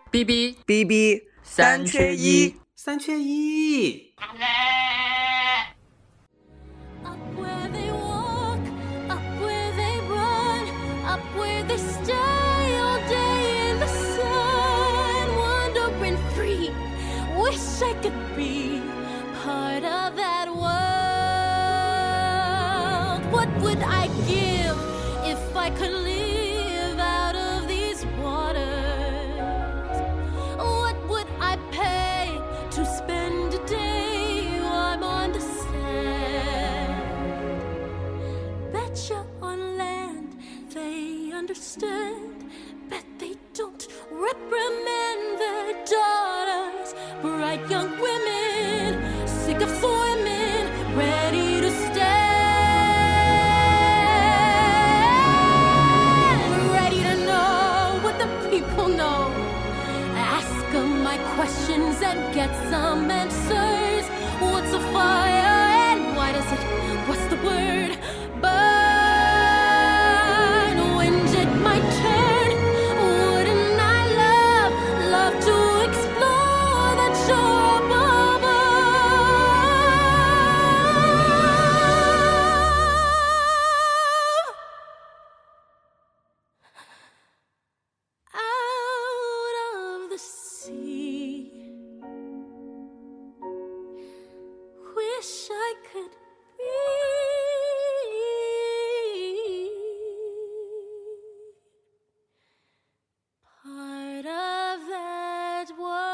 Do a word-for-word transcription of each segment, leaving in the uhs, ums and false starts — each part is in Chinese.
B B B B 三缺一， 三缺一。 I could be part of that world. What would I give if I could live out of these waters? What would I pay to spend a day while I'm on the sand? Betcha on land they understand, bet they don't reprimand their daughters. Bright young women, sick of swimming, ready to stand, ready to know what the people know. Ask them my questions and get some answers. What's a fire and why does it, what's the word, burn? When did my turn? Wouldn't I love, love to explore that shore above us? Out of the sea, wish I could be part of that world.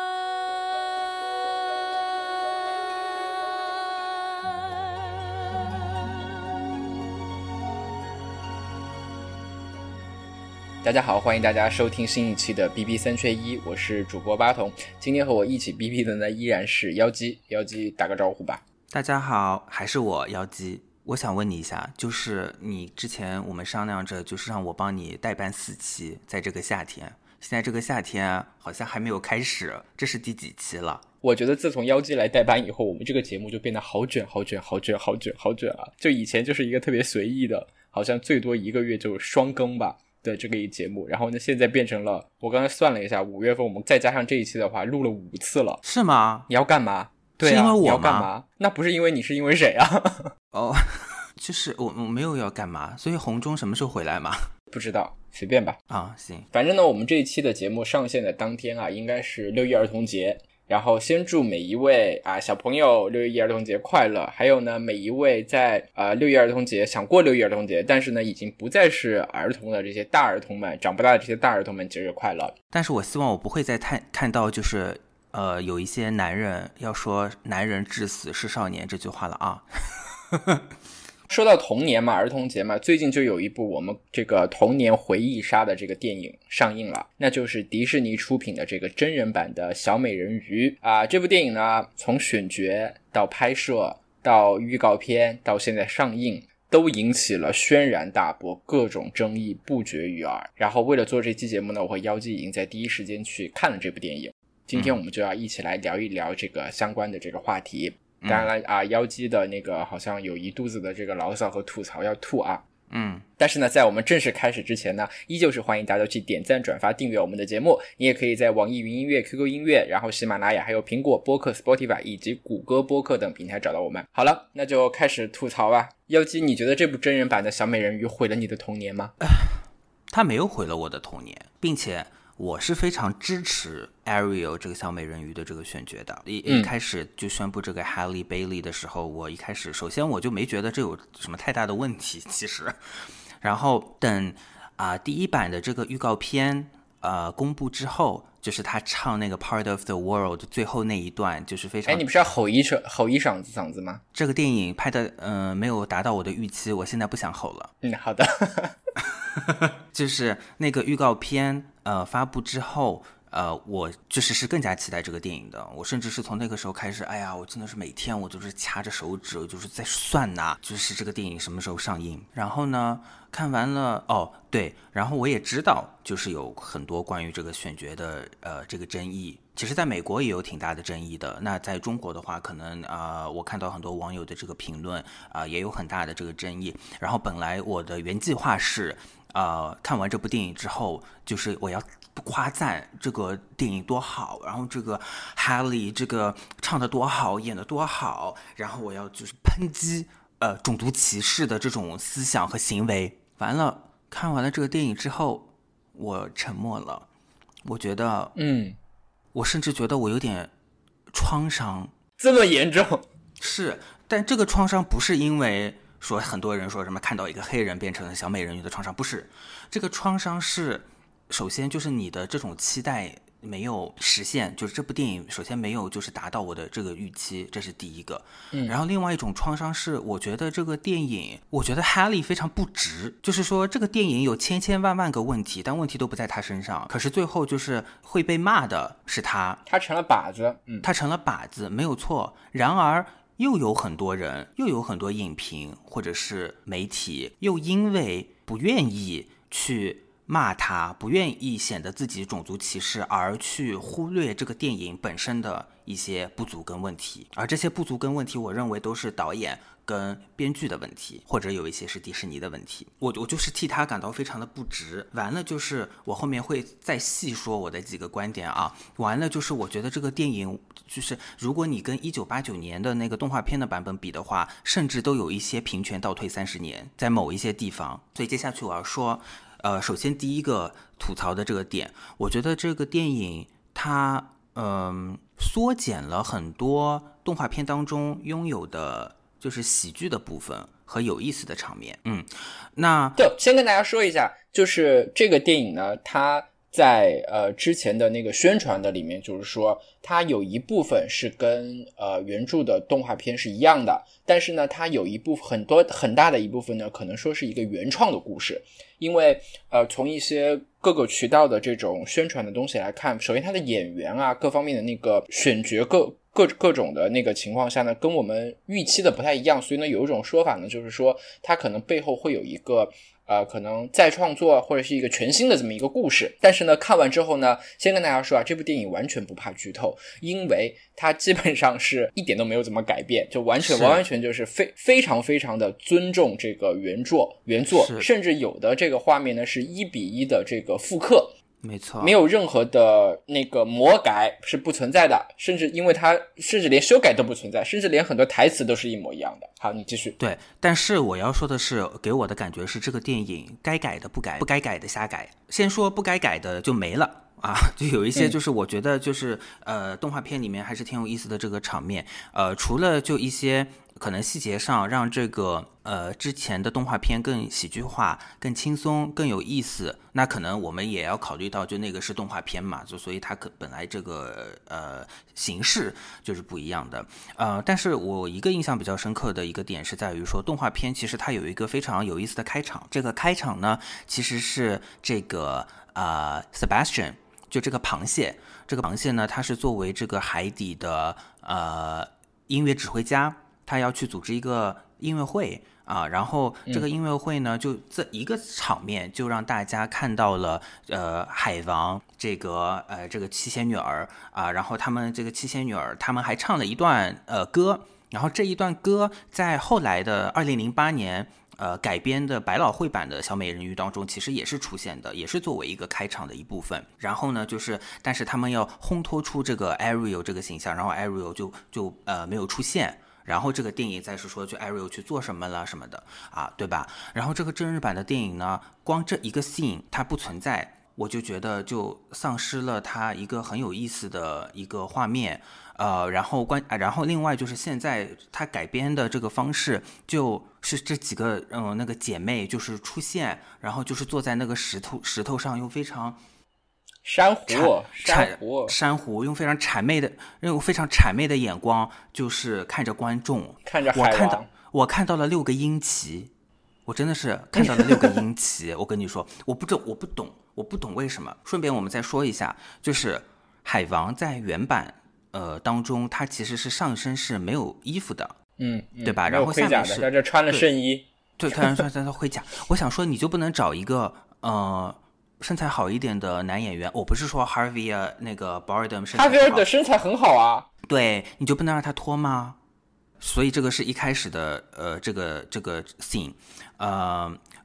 大家好，欢迎大家收听新一期的 B B 三缺一，我是主播巴童。今天和我一起 B B 的呢依然是妖姬，妖姬打个招呼吧。 大家好，还是我妖姬。我想问你一下，就是你之前我们商量着，就是让我帮你代班四期，在这个夏天。现在这个夏天好像还没有开始，这是第几期了？ 我觉得自从妖姬来代班以后，我们这个节目就变得好卷好卷好卷好卷好卷啊！就以前就是一个特别随意的，好像最多一个月就双更吧的这个一节目，然后呢现在变成了，我刚才算了一下，五月份我们再加上这一期的话录了五次了。 是吗？ 你要干嘛？对啊， 是因为我吗？ 你要干嘛？那不是因为你，是因为谁啊？ 哦，就是我我没有要干嘛，所以红中什么时候回来嘛？ 不知道，随便吧。 啊，行。 反正呢，我们这一期的节目上线的当天啊，应该是六一儿童节。然后先祝每一位啊小朋友六一儿童节快乐，还有呢每一位在呃六一儿童节想过六一儿童节，但是呢已经不再是儿童的这些大儿童们，长不大的这些大儿童们节日快乐。 但是我希望我不会再看看到就是呃有一些男人要说男人至死是少年这句话了啊。 说到童年嘛，儿童节嘛，最近就有一部我们这个童年回忆杀的这个电影上映了，那就是迪士尼出品的这个真人版的小美人鱼啊。这部电影呢，从选角到拍摄到预告片到现在上映，都引起了轩然大波，各种争议不绝于耳。然后为了做这期节目呢，我和妖姬已经在第一时间去看了这部电影，今天我们就要一起来聊一聊这个相关的这个话题。当然了啊，妖姬的那个好像有一肚子的这个牢骚和吐槽要吐啊。 嗯， 但是呢，在我们正式开始之前呢，依旧是欢迎大家去点赞、转发、订阅我们的节目。你也可以在网易云音乐、Q Q 音乐，然后喜马拉雅、还有苹果播客 Spotify 以及谷歌播客等平台找到我们。好了，那就开始吐槽吧。妖姬，你觉得这部真人版的小美人鱼毁了你的童年吗？ 它没有毁了我的童年，并且我是非常支持 Ariel 这个小美人鱼的这个选角的。一、嗯、一开始就宣布这个 Halle Bailey 的时候，我一开始首先我就没觉得这有什么太大的问题，其实。然后等啊、呃、第一版的这个预告片呃公布之后，就是他唱那个 Part of the World 最后那一段，就是非常。 哎，你不是要吼一声吼一嗓子嗓子吗？ 这个电影拍的嗯、呃、没有达到我的预期，我现在不想吼了。 嗯，好的。 就是那个预告片呃发布之后，呃我就是是更加期待这个电影的。我甚至是从那个时候开始，哎呀，我真的是每天我就是掐着手指，我就是在算呐，就是这个电影什么时候上映。然后呢，看完了哦对，然后我也知道就是有很多关于这个选角的呃这个争议。其实在美国也有挺大的争议的，那在中国的话可能啊、呃，我看到很多网友的这个评论啊、呃，也有很大的这个争议。然后本来我的原计划是呃，看完这部电影之后，就是我要夸赞这个电影多好，然后这个 Halle 这个唱得多好，演得多好，然后我要就是抨击呃种族歧视的这种思想和行为。完了，看完了这个电影之后，我沉默了。我觉得， 嗯， 我甚至觉得我有点创伤。 这么严重？ 是，但这个创伤不是因为说很多人说什么看到一个黑人变成了小美人鱼的创伤，不是，这个创伤是首先就是你的这种期待没有实现，就是这部电影首先没有就是达到我的这个预期，这是第一个。嗯，然后另外一种创伤是我觉得这个电影，我觉得 Halle 非常不值，就是说这个电影有千千万万个问题，但问题都不在他身上，可是最后就是会被骂的是他， 他成了靶子，嗯， 他成了靶子，没有错。然而又有很多人，又有很多影评或者是媒体，又因为不愿意去骂他，不愿意显得自己种族歧视，而去忽略这个电影本身的一些不足跟问题。而这些不足跟问题，我认为都是导演跟编剧的问题，或者有一些是迪士尼的问题。我我就是替他感到非常的不值。完了就是我后面会再细说我的几个观点啊。完了就是我觉得这个电影就是如果你跟一九八九年的那个动画片的版本比的话，甚至都有一些平权倒退三十年，在某一些地方。所以接下去我要说，呃，首先第一个吐槽的这个点，我觉得这个电影它嗯、呃、缩减了很多动画片当中拥有的就是喜剧的部分和有意思的场面。嗯，那对，先跟大家说一下，就是这个电影呢，它在呃之前的那个宣传的里面，就是说它有一部分是跟呃原著的动画片是一样的，但是呢，它有一部分很多很大的一部分呢，可能说是一个原创的故事。因为呃从一些各个渠道的这种宣传的东西来看，首先它的演员啊各方面的那个选角各各各种的那个情况下呢，跟我们预期的不太一样，所以呢有一种说法呢，就是说它可能背后会有一个呃，可能再创作或者是一个全新的这么一个故事。但是呢，看完之后呢，先跟大家说啊，这部电影完全不怕剧透，因为它基本上是一点都没有怎么改变，就完全完完全就是非非常非常的尊重这个原作原作，甚至有的这个画面呢是一比一的这个复刻。 没错， 没有任何的那个魔改是不存在的，甚至因为它甚至连修改都不存在，甚至连很多台词都是一模一样的。好，你继续。 对，但是我要说的是，给我的感觉是这个电影该改的不改，不该改的瞎改。先说不该改的就没了啊，就有一些就是我觉得就是、嗯、呃动画片里面还是挺有意思的这个场面，呃除了就一些可能细节上让这个呃之前的动画片更喜剧化、更轻松、更有意思，那可能我们也要考虑到，就那个是动画片嘛，就所以它可本来这个呃形式就是不一样的。呃，但是我一个印象比较深刻的一个点是在于说，动画片其实它有一个非常有意思的开场，这个开场呢其实是这个呃 Sebastian。就这个螃蟹，这个螃蟹呢，它是作为这个海底的呃音乐指挥家，他要去组织一个音乐会啊，然后这个音乐会呢，就这一个场面就让大家看到了呃海王这个呃这个七仙女儿啊，然后他们这个七仙女儿他们还唱了一段呃歌，然后这一段歌在后来的二零零八年。呃，改编的百老汇版的小美人鱼当中，其实也是出现的，也是作为一个开场的一部分。然后呢，就是，但是他们要烘托出这个 Ariel 这个形象，然后 Ariel 就就呃没有出现。然后这个电影再是说，就 Ariel 去做什么了什么的啊，对吧？然后这个真人版的电影呢，光这一个 scene 它不存在，我就觉得就丧失了它一个很有意思的一个画面。呃，然后关，然后另外就是现在它改编的这个方式，就是这几个嗯、呃、那个姐妹就是出现，然后就是坐在那个石头石头上，用非常珊瑚珊瑚珊瑚用非常谄媚的用非常谄媚的眼光，就是看着观众， 看着海王，我看到我看到了六个鹰旗，我真的是看到了六个鹰旗。我跟你说，我不懂，我不懂，我不懂为什么。顺便我们再说一下，就是海王在原版。呃，当中它其实是上身是没有衣服的， 嗯，嗯对吧？然后下面是在这穿了圣衣， 对，突然穿穿盔甲。我想说，你就不能找一个呃身材好一点的男演员？我不是说 Harvey 啊，那个 Bardem 身材好 Harvey 的身材很好啊， 对，你就不能让他脱吗？所以这个是一开始的呃这个这个 scene， 呃，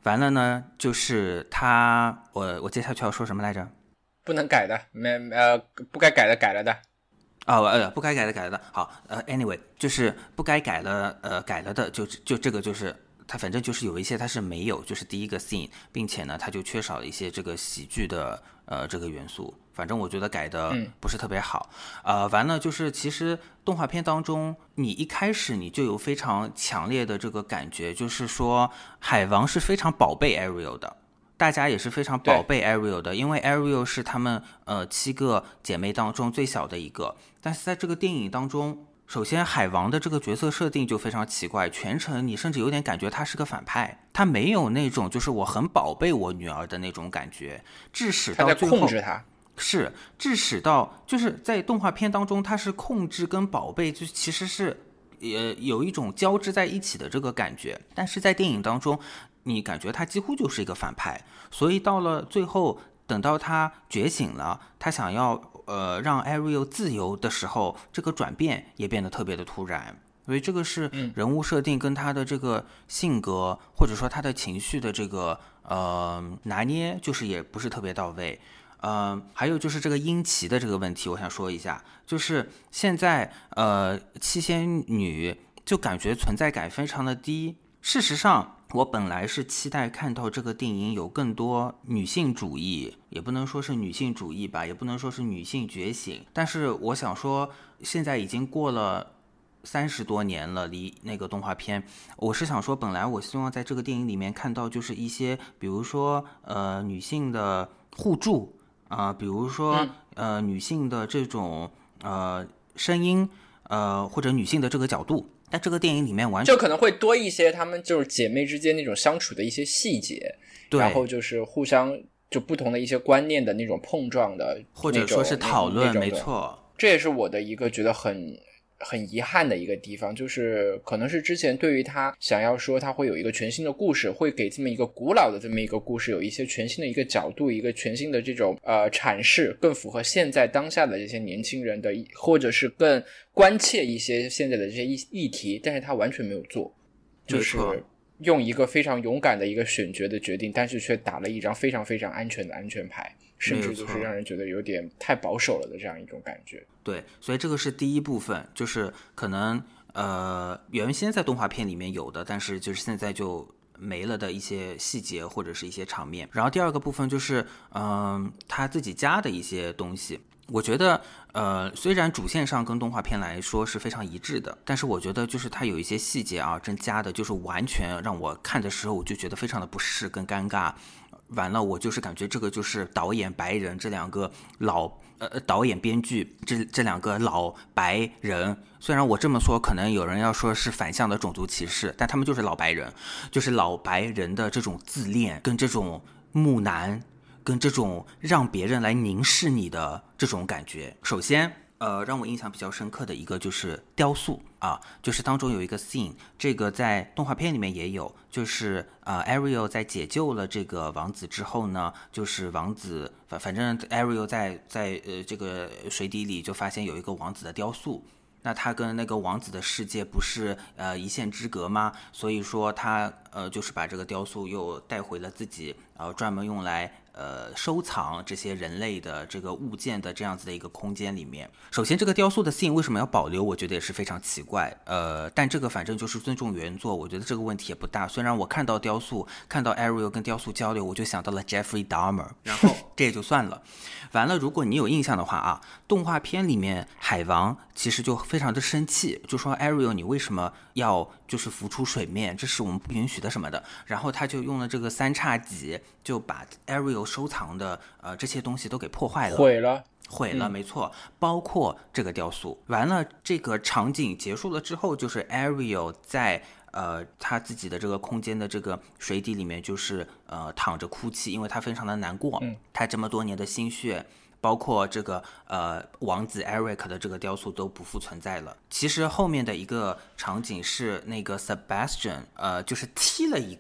完了呢，就是他，我我接下去要说什么来着？ 不能改的，没呃不该改的改了的。 哦呃不该改的改了的。好呃 anyway 就是不该改了呃改了的，就就这个就是它反正就是有一些它是没有，就是第一个 scene， 并且呢它就缺少了一些这个喜剧的呃这个元素。反正我觉得改的不是特别好。嗯、呃完了就是其实动画片当中你一开始你就有非常强烈的这个感觉，就是说海王是非常宝贝 Ariel 的。大家也是非常宝贝 Ariel 的，因为 Ariel 是他们呃七个姐妹当中最小的一个。但是在这个电影当中，首先海王的这个角色设定就非常奇怪，全程你甚至有点感觉他是个反派，他没有那种就是我很宝贝我女儿的那种感觉，致使到最后他在控制他。 是致使到就是在动画片当中他是控制跟宝贝就其实是呃有一种交织在一起的这个感觉，但是在电影当中你感觉他几乎就是一个反派。所以到了最后等到他觉醒了，他想要呃让 Ariel 自由的时候，这个转变也变得特别的突然。所以这个是人物设定跟他的这个性格、嗯、或者说他的情绪的这个呃拿捏就是也不是特别到位。呃，还有就是这个英奇的这个问题我想说一下，就是现在呃七仙女就感觉存在感非常的低。事实上我本来是期待看到这个电影有更多女性主义，也不能说是女性主义吧，也不能说是女性觉醒，但是我想说现在已经过了三十多年了，离那个动画片，我是想说本来我希望在这个电影里面看到就是一些比如说呃女性的互助啊、呃，比如说、嗯、呃女性的这种呃声音呃或者女性的这个角度，但这个电影里面完全就可能会多一些她们就是姐妹之间那种相处的一些细节，然后就是互相就不同的一些观念的那种碰撞的， 或者说是讨论，没错。 这也是我的一个觉得很很遗憾的一个地方，就是可能是之前对于他想要说他会有一个全新的故事，会给这么一个古老的这么一个故事有一些全新的一个角度，一个全新的这种呃阐释，更符合现在当下的这些年轻人的，或者是更关切一些现在的这些议题，但是他完全没有做，就是用一个非常勇敢的一个选角的决定，但是却打了一张非常非常安全的安全牌，甚至就是让人觉得有点太保守了的这样一种感觉。 对，所以这个是第一部分，就是可能呃原先在动画片里面有的，但是就是现在就没了的一些细节或者是一些场面。然后第二个部分就是嗯、呃、他自己加的一些东西。我觉得呃虽然主线上跟动画片来说是非常一致的，但是我觉得就是它有一些细节啊真加的就是完全让我看的时候我就觉得非常的不适跟尴尬。完了我就是感觉这个就是导演白人这两个老呃导演编剧这这两个老白人，虽然我这么说可能有人要说是反向的种族歧视，但他们就是老白人，就是老白人的这种自恋跟这种木男跟这种让别人来凝视你的这种感觉。首先呃，让我印象比较深刻的一个就是雕塑啊，就是当中有一个 scene， 这个在动画片里面也有，就是呃 Ariel 在解救了这个王子之后呢，就是王子反反正 Ariel 在在呃这个水底里就发现有一个王子的雕塑。那他跟那个王子的世界不是呃一线之隔吗？所以说他呃就是把这个雕塑又带回了自己呃专门用来呃收藏这些人类的这个物件的这样子的一个空间里面。首先这个雕塑的 scene 为什么要保留，我觉得也是非常奇怪，呃但这个反正就是尊重原作，我觉得这个问题也不大。虽然我看到雕塑看到 Ariel 跟雕塑交流我就想到了 Jeffrey Dahmer， 然后这也就算了。完了如果你有印象的话啊，动画片里面海王其实就非常的生气，就说 Ariel 你为什么要就是浮出水面，这是我们不允许的什么的。然后他就用了这个三叉戟就把 Ariel 收藏的呃这些东西都给破坏了， 毁了毁了、嗯、没错，包括这个雕塑。完了这个场景结束了之后，就是 Ariel 在呃他自己的这个空间的这个水底里面就是呃躺着哭泣，因为他非常的难过、嗯、他这么多年的心血包括这个呃王子 Eric 的这个雕塑都不复存在了。其实后面的一个场景是那个 Sebastian 呃就是踢了一个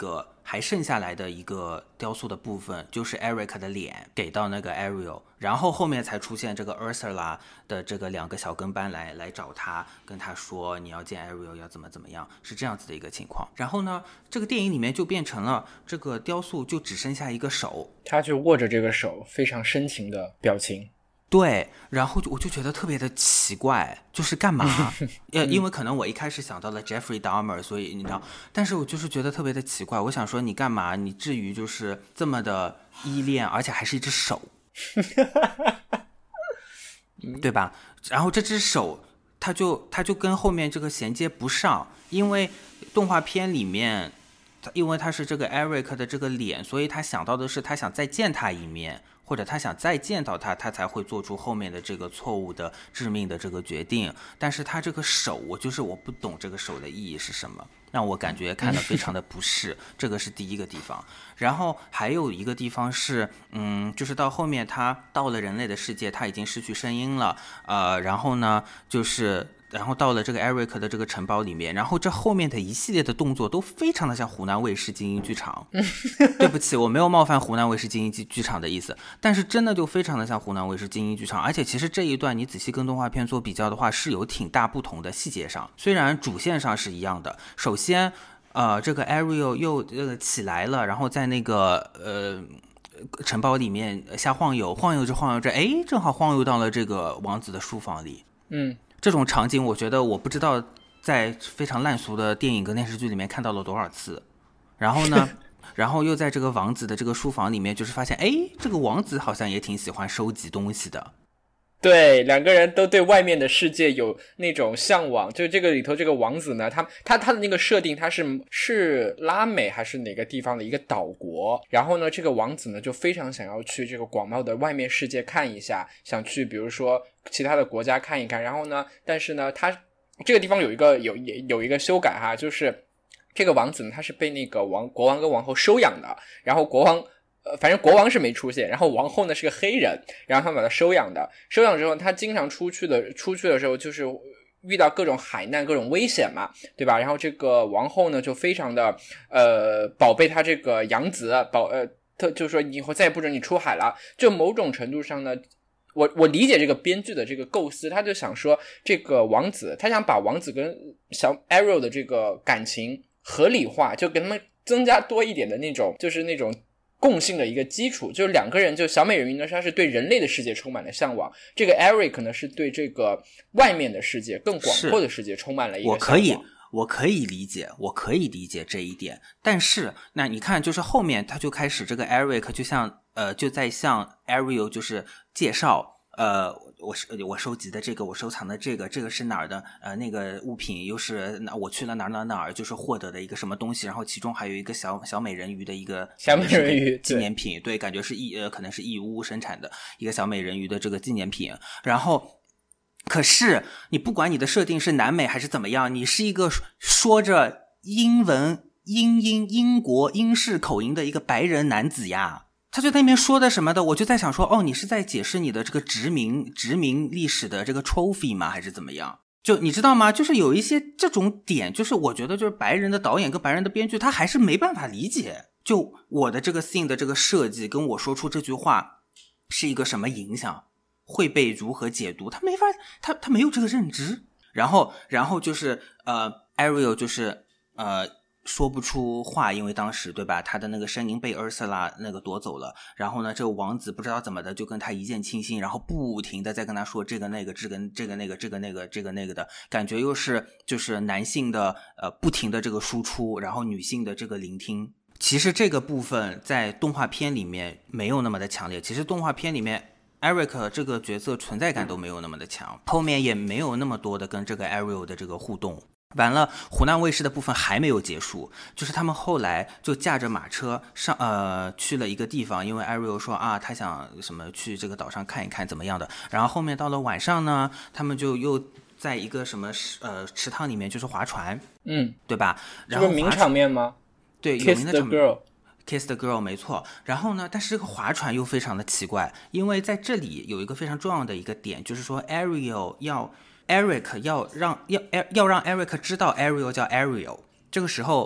还剩下来的一个雕塑的部分就是 Eric 的脸给到那个 Ariel， 然后后面才出现这个 Ursula 的这个两个小跟班来来找他，跟他说你要见 Ariel 要怎么怎么样，是这样子的一个情况。然后呢，这个电影里面就变成了这个雕塑就只剩下一个手， 他就握着这个手，非常深情的表情。 对，然后我就觉得特别的奇怪，就是干嘛？呃，因为可能我一开始想到了 Jeffrey Dahmer， 所以你知道，但是我就是觉得特别的奇怪。我想说，你干嘛？你至于就是这么的依恋，而且还是一只手，对吧？然后这只手，它就它就跟后面这个衔接不上，因为动画片里面，因为他是这个 Eric 的这个脸，所以他想到的是他想再见他一面。或者他想再见到他，他才会做出后面的这个错误的致命的这个决定。但是他这个手，我就是我不懂这个手的意义是什么，让我感觉看得非常的不适。这个是第一个地方。然后还有一个地方是，嗯，就是到后面他到了人类的世界，他已经失去声音了，呃，然后呢，就是。然后到了这个 Eric 的这个城堡里面，然后这后面的一系列的动作都非常的像湖南卫视精英剧场。对不起，我没有冒犯湖南卫视精英剧场的意思，但是真的就非常的像湖南卫视精英剧场。而且其实这一段你仔细跟动画片做比较的话，是有挺大不同的细节上，虽然主线上是一样的。首先，呃，这个 Ariel 又呃起来了，然后在那个呃。城堡里面瞎晃悠，晃悠着晃悠着，哎，正好晃悠到了这个王子的书房里。 嗯。 这种场景我觉得我不知道在非常烂俗的电影跟电视剧里面看到了多少次。然后呢然后又在这个王子的这个书房里面，就是发现哎，这个王子好像也挺喜欢收集东西的。 对，两个人都对外面的世界有那种向往。就这个里头这个王子呢，他他他的那个设定，他是是拉美还是哪个地方的一个岛国，然后呢这个王子呢就非常想要去这个广袤的外面世界看一下，想去比如说其他的国家看一看。然后呢但是呢他这个地方有一个有有一个修改哈，就是这个王子呢他是被那个王国王跟王后收养的，然后国王呃，反正国王是没出现，然后王后呢是个黑人，然后他们把他收养的，收养之后他经常出去的出去的时候就是遇到各种海难各种危险嘛，对吧？然后这个王后呢就非常的呃宝贝他这个养子，保呃特就是说以后再也不准你出海了。就某种程度上呢，我我理解这个编剧的这个构思，他就想说这个王子，他想把王子跟小 Ariel 的这个感情合理化，就给他们增加多一点的那种就是那种共性的一个基础。就是两个人，就小美人鱼呢他是对人类的世界充满了向往，这个 Eric 呢是对这个外面的世界更广阔的世界充满了一个向往。 我可以我可以理解我可以理解这一点，但是那你看就是后面他就开始这个 Eric 就像呃就在向 Ariel 就是介绍呃，我我收集的这个，我收藏的这个，这个是哪儿的？呃，那个物品又是我去了哪儿哪儿哪儿，就是获得的一个什么东西，然后其中还有一个小小美人鱼的一个小美人鱼纪念品，对， 对，感觉是义呃，可能是义乌生产的一个小美人鱼的这个纪念品。然后，可是你不管你的设定是南美还是怎么样，你是一个说着英文英英英国英式口音的一个白人男子呀。他就在那边说的什么的，我就在想说，哦，你是在解释你的这个殖民殖民历史的这个 trophy 吗？还是怎么样？就你知道吗？就是有一些这种点，就是我觉得就是白人的导演跟白人的编剧，他还是没办法理解。就我的这个 scene 的这个设计，跟我说出这句话是一个什么影响，会被如何解读，他没法，他他没有这个认知。然后，然后就是呃 ，Ariel 就是呃。说不出话，因为当时对吧，他的那个声音被 Ursula 那个夺走了。然后呢，这个王子不知道怎么的就跟他一见倾心，然后不停的在跟他说这个那个这个这个那个这个那个这个那个的感觉，又是就是男性的呃不停的这个输出，然后女性的这个聆听。其实这个部分在动画片里面没有那么的强烈，其实动画片里面 Eric 这个角色存在感都没有那么的强，后面也没有那么多的跟这个 Ariel 的这个互动。完了，湖南卫视的部分还没有结束，就是他们后来就驾着马车上呃去了一个地方，因为 Ariel 说啊他想什么去这个岛上看一看怎么样的。然后后面到了晚上呢，他们就又在一个什么呃池塘里面就是划船， 嗯， 对吧？然后这个名场面吗？ 对，有名的场面 Kiss the Girl Kiss the Girl 没错。然后呢，但是这个划船又非常的奇怪，因为在这里有一个非常重要的一个点，就是说 Ariel 要Eric 要让要要让 Eric 知道 Ariel 叫 Ariel， 这个时候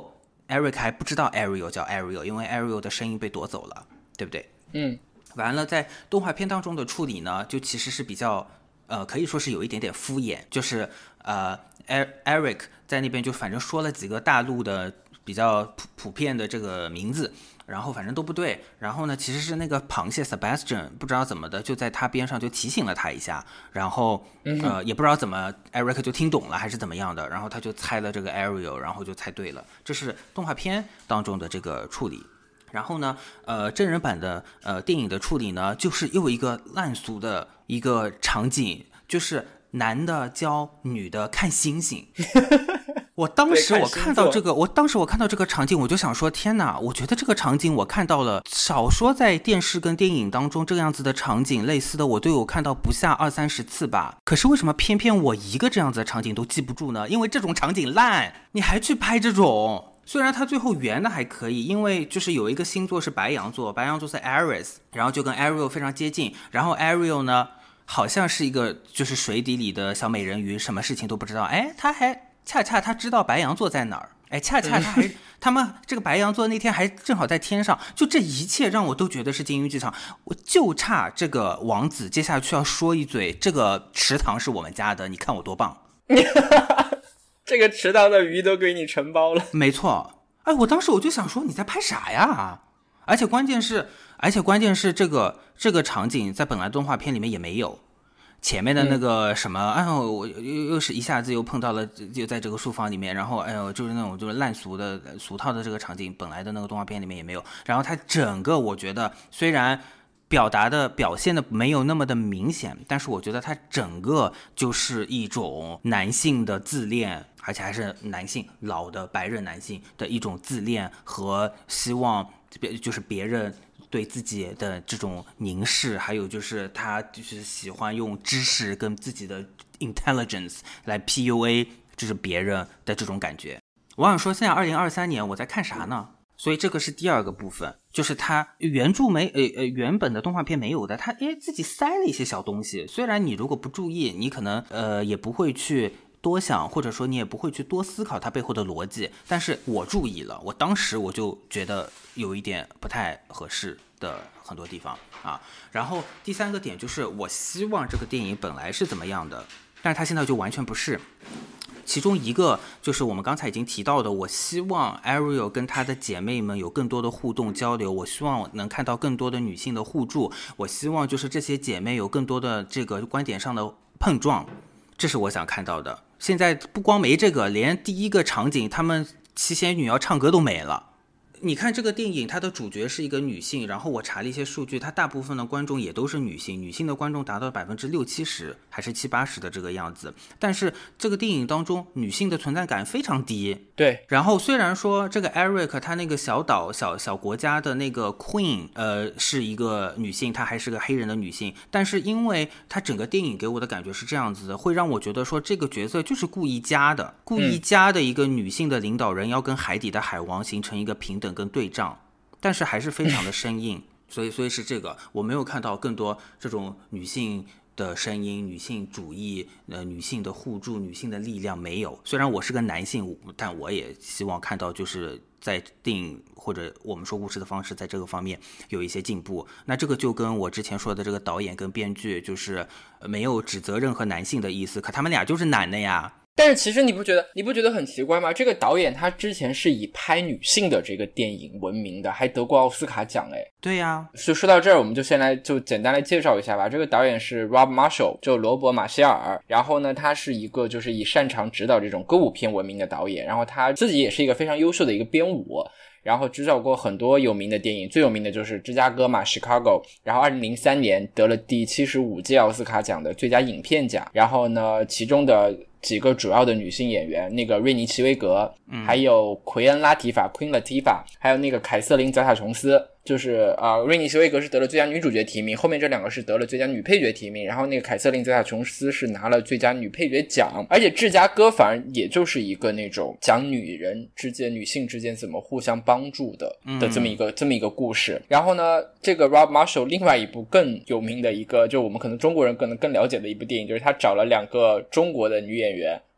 Eric 还不知道 Ariel 叫 Ariel， 因为 Ariel 的声音被夺走了，对不对？ 嗯， 完了，在动画片当中的处理呢，就其实是比较呃，可以说是有一点点敷衍，就是呃 ，Eric 在那边就反正说了几个大陆的比较普普遍的这个名字。然后反正都不对，然后呢，其实是那个螃蟹 Sebastian 不知道怎么的，就在他边上就提醒了他一下，然后呃也不知道怎么 Eric 就听懂了还是怎么样的，然后他就猜了这个 Ariel， 然后就猜对了，这是动画片当中的这个处理。然后呢，呃，真人版的呃电影的处理呢，就是又一个烂俗的一个场景，就是男的教女的看星星。我当时我看到这个，我当时我看到这个场景，我就想说，天哪！我觉得这个场景我看到了，少说在电视跟电影当中这样子的场景类似的，我都有看到不下二三十次吧。可是为什么偏偏我一个这样子的场景都记不住呢？因为这种场景烂，你还去拍这种？虽然它最后圆的还可以，因为就是有一个星座是白羊座，白羊座是 Aries， 然后就跟 Ariel 非常接近，然后 Ariel 呢好像是一个就是水底里的小美人鱼，什么事情都不知道，哎，他还恰恰他知道白羊座在哪儿，哎，恰恰他还他们这个白羊座那天还正好在天上，就这一切让我都觉得是金鱼剧场，我就差这个王子接下去要说一嘴，这个池塘是我们家的，你看我多棒。 这个池塘的鱼都给你承包了。 没错，哎，我当时我就想说你在拍啥呀？而且关键是，而且关键是这个这个场景在本来动画片里面也没有。前面的那个什么，哎呦，我又又是一下子又碰到了，就在这个书房里面，然后哎呦，就是那种就是烂俗的俗套的这个场景，本来的那个动画片里面也没有。然后它整个我觉得虽然表达的表现的没有那么的明显，但是我觉得它整个就是一种男性的自恋，而且还是男性老的白人男性的一种自恋和希望，就是别人对自己的这种凝视，还有就是他就是喜欢用知识跟自己的 intelligence 来 P U A 就是别人的这种感觉。我想说现在二零二三年我在看啥呢？所以这个是第二个部分，就是他原著没呃呃原本的动画片没有的，他诶自己塞了一些小东西，虽然你如果不注意，你可能呃也不会去多想，或者说你也不会去多思考它背后的逻辑，但是我注意了，我当时我就觉得有一点不太合适的很多地方啊。然后第三个点就是我希望这个电影本来是怎么样的，但是它现在就完全不是。其中一个就是我们刚才已经提到的，我希望 Ariel 跟她的姐妹们有更多的互动交流，我希望能看到更多的女性的互助，我希望就是这些姐妹有更多的这个观点上的碰撞，这是我想看到的。现在不光没这个，连第一个场景他们七仙女要唱歌都没了。你看这个电影它的主角是一个女性，然后我查了一些数据，它大部分的观众也都是女性，女性的观众达到百分之六七十还是七八十的这个样子，但是这个电影当中女性的存在感非常低。 对， 然后虽然说这个 Eric 他那个小岛小小国家的那个 Queen 呃是一个女性，她还是个黑人的女性，但是因为她整个电影给我的感觉是这样子的，会让我觉得说这个角色就是故意加的，故意加的一个女性的领导人要跟海底的海王形成一个平等跟对仗，但是还是非常的生硬，所以所以是这个我没有看到更多这种女性的声音，女性主义，呃，女性的互助，女性的力量没有。虽然我是个男性，但我也希望看到就是在电影或者我们说故事的方式在这个方面有一些进步。那这个就跟我之前说的这个导演跟编剧就是没有指责任何男性的意思，可他们俩就是男的呀。 但是其实你不觉得你不觉得很奇怪吗？这个导演他之前是以拍女性的这个电影闻名的，还得过奥斯卡奖诶。 对呀， 就说到这儿，我们就先来就简单来介绍一下吧。这个导演是 Rob Marshall， 就罗伯马歇尔。然后呢，他是一个就是以擅长指导这种歌舞片闻名的导演，然后他自己也是一个非常优秀的一个编舞，然后指导过很多有名的电影，最有名的就是芝加哥嘛 Chicago， 然后二零零三年得了第七十五届奥斯卡奖的最佳影片奖。然后呢，其中的几个主要的女性演员，那个瑞妮奇维格、嗯、还有奎恩拉提法 Queen Latifah， 还有那个凯瑟琳泽塔琼斯，就是呃，瑞妮奇维格是得了最佳女主角提名，后面这两个是得了最佳女配角提名，然后那个凯瑟琳泽塔琼斯是拿了最佳女配角奖。而且芝加哥反而也就是一个那种讲女人之间女性之间怎么互相帮助的的这么一个、嗯、这么一个故事。然后呢，这个 Rob Marshall 另外一部更有名的一个，就我们可能中国人可能更了解的一部电影，就是他找了两个中国的女演员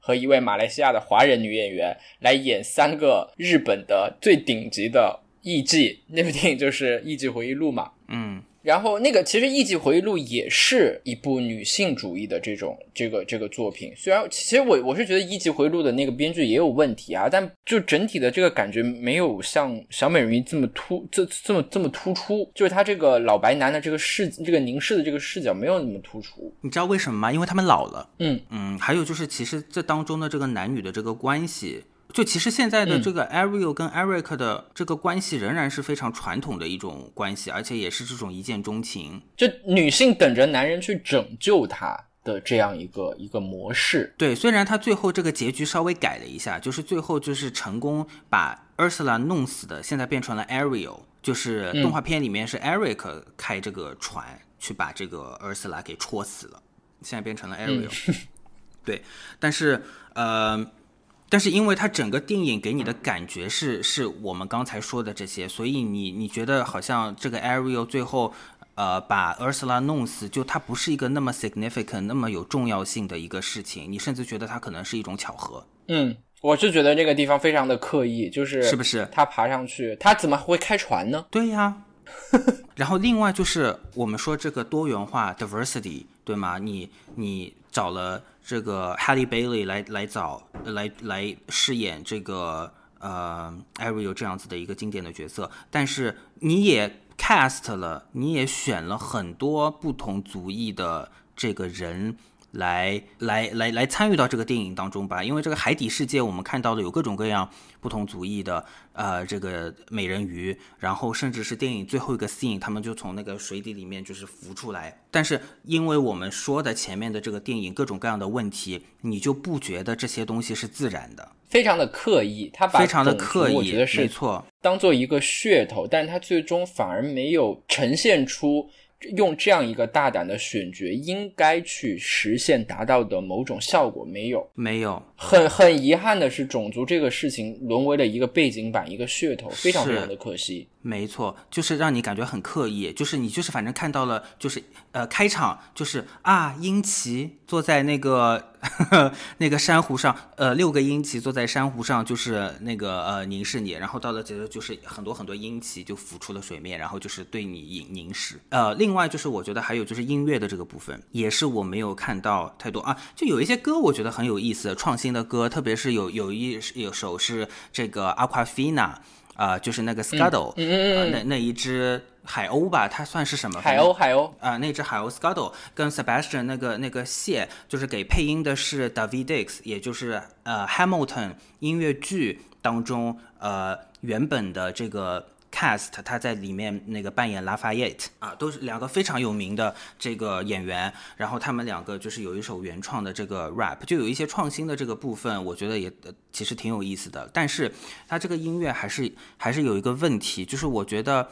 和一位马来西亚的华人女演员来演三个日本的最顶级的艺妓，那部电影就是《艺妓回忆录》嘛。 嗯， 然后那个其实《艺妓回忆录》也是一部女性主义的这种这个这个作品，虽然其实我我是觉得《艺妓回忆录》的那个编剧也有问题啊，但就整体的这个感觉没有像小美人鱼这么突这这么这么突出，就是他这个老白男的这个视这个凝视的这个视角没有那么突出。 你知道为什么吗？因为他们老了。 嗯嗯，还有就是其实这当中的这个男女的这个关系。就其实现在的这个 Ariel 跟 Eric 的这个关系仍然是非常传统的一种关系，而且也是这种一见钟情， 就女性等着男人去拯救她的这样一个一个模式。 对，虽然他最后这个结局稍微改了一下，就是最后就是成功把 Ursula 弄死的，现在变成了 Ariel， 就是动画片里面是 Eric 开这个船、嗯、去把这个 Ursula 给戳死了，现在变成了 Ariel、嗯、对，但是呃但是因为它整个电影给你的感觉是是我们刚才说的这些，所以你你觉得好像这个 Ariel 最后呃把 Ursula 弄死，就它不是一个那么 significant 那么有重要性的一个事情，你甚至觉得它可能是一种巧合。 嗯，我是觉得这个地方非常的刻意，就是是不是他爬上去他怎么会开船呢？ 对呀然后另外就是我们说这个多元化 diversity 对吗？你你找了这个 Halle Bailey 来来找来来饰演这个呃 Ariel 这样子的一个经典的角色，但是你也 cast 了，你也选了很多不同族裔的这个人来来来来参与到这个电影当中吧。因为这个海底世界我们看到的有各种各样不同族裔的呃这个美人鱼，然后甚至是电影最后一个 scene 他们就从那个水底里面就是浮出来，但是因为我们说的前面的这个电影各种各样的问题，你就不觉得这些东西是自然的， 非常的刻意，他把非常的刻意， 我觉得是没错， 当做一个噱头，但他最终反而没有呈现出用这样一个大胆的选角应该去实现达到的某种效果，没有没有很很遗憾的是种族这个事情沦为了一个背景板，一个噱头，非常非常的可惜。 没错，就是让你感觉很刻意，就是你就是反正看到了，就是呃开场就是啊英奇坐在那个呵呵那个珊瑚上，呃六个英奇坐在珊瑚上，就是那个呃凝视你，然后到了结束就是很多很多英奇就浮出了水面，然后就是对你凝视。呃另外就是我觉得还有就是音乐的这个部分，也是我没有看到太多啊，就有一些歌我觉得很有意思，创新的歌，特别是有有一有首是这个 Aquafina。啊、呃，就是那个 Scuttle， 嗯嗯嗯、呃，那那一只海鸥吧，它算是什么？ 海鸥，海鸥啊、呃，那只海鸥 Scuttle 跟 Sebastian 那个那个蟹，就是给配音的是 Daveed Diggs， 也就是呃 Hamilton 音乐剧当中呃原本的这个 cast， 他在里面那个扮演 Lafayette 啊，都是两个非常有名的这个演员，然后他们两个就是有一首原创的这个 rap， 就有一些创新的这个部分，我觉得也、呃、其实挺有意思的。但是他这个音乐还是还是有一个问题，就是我觉得，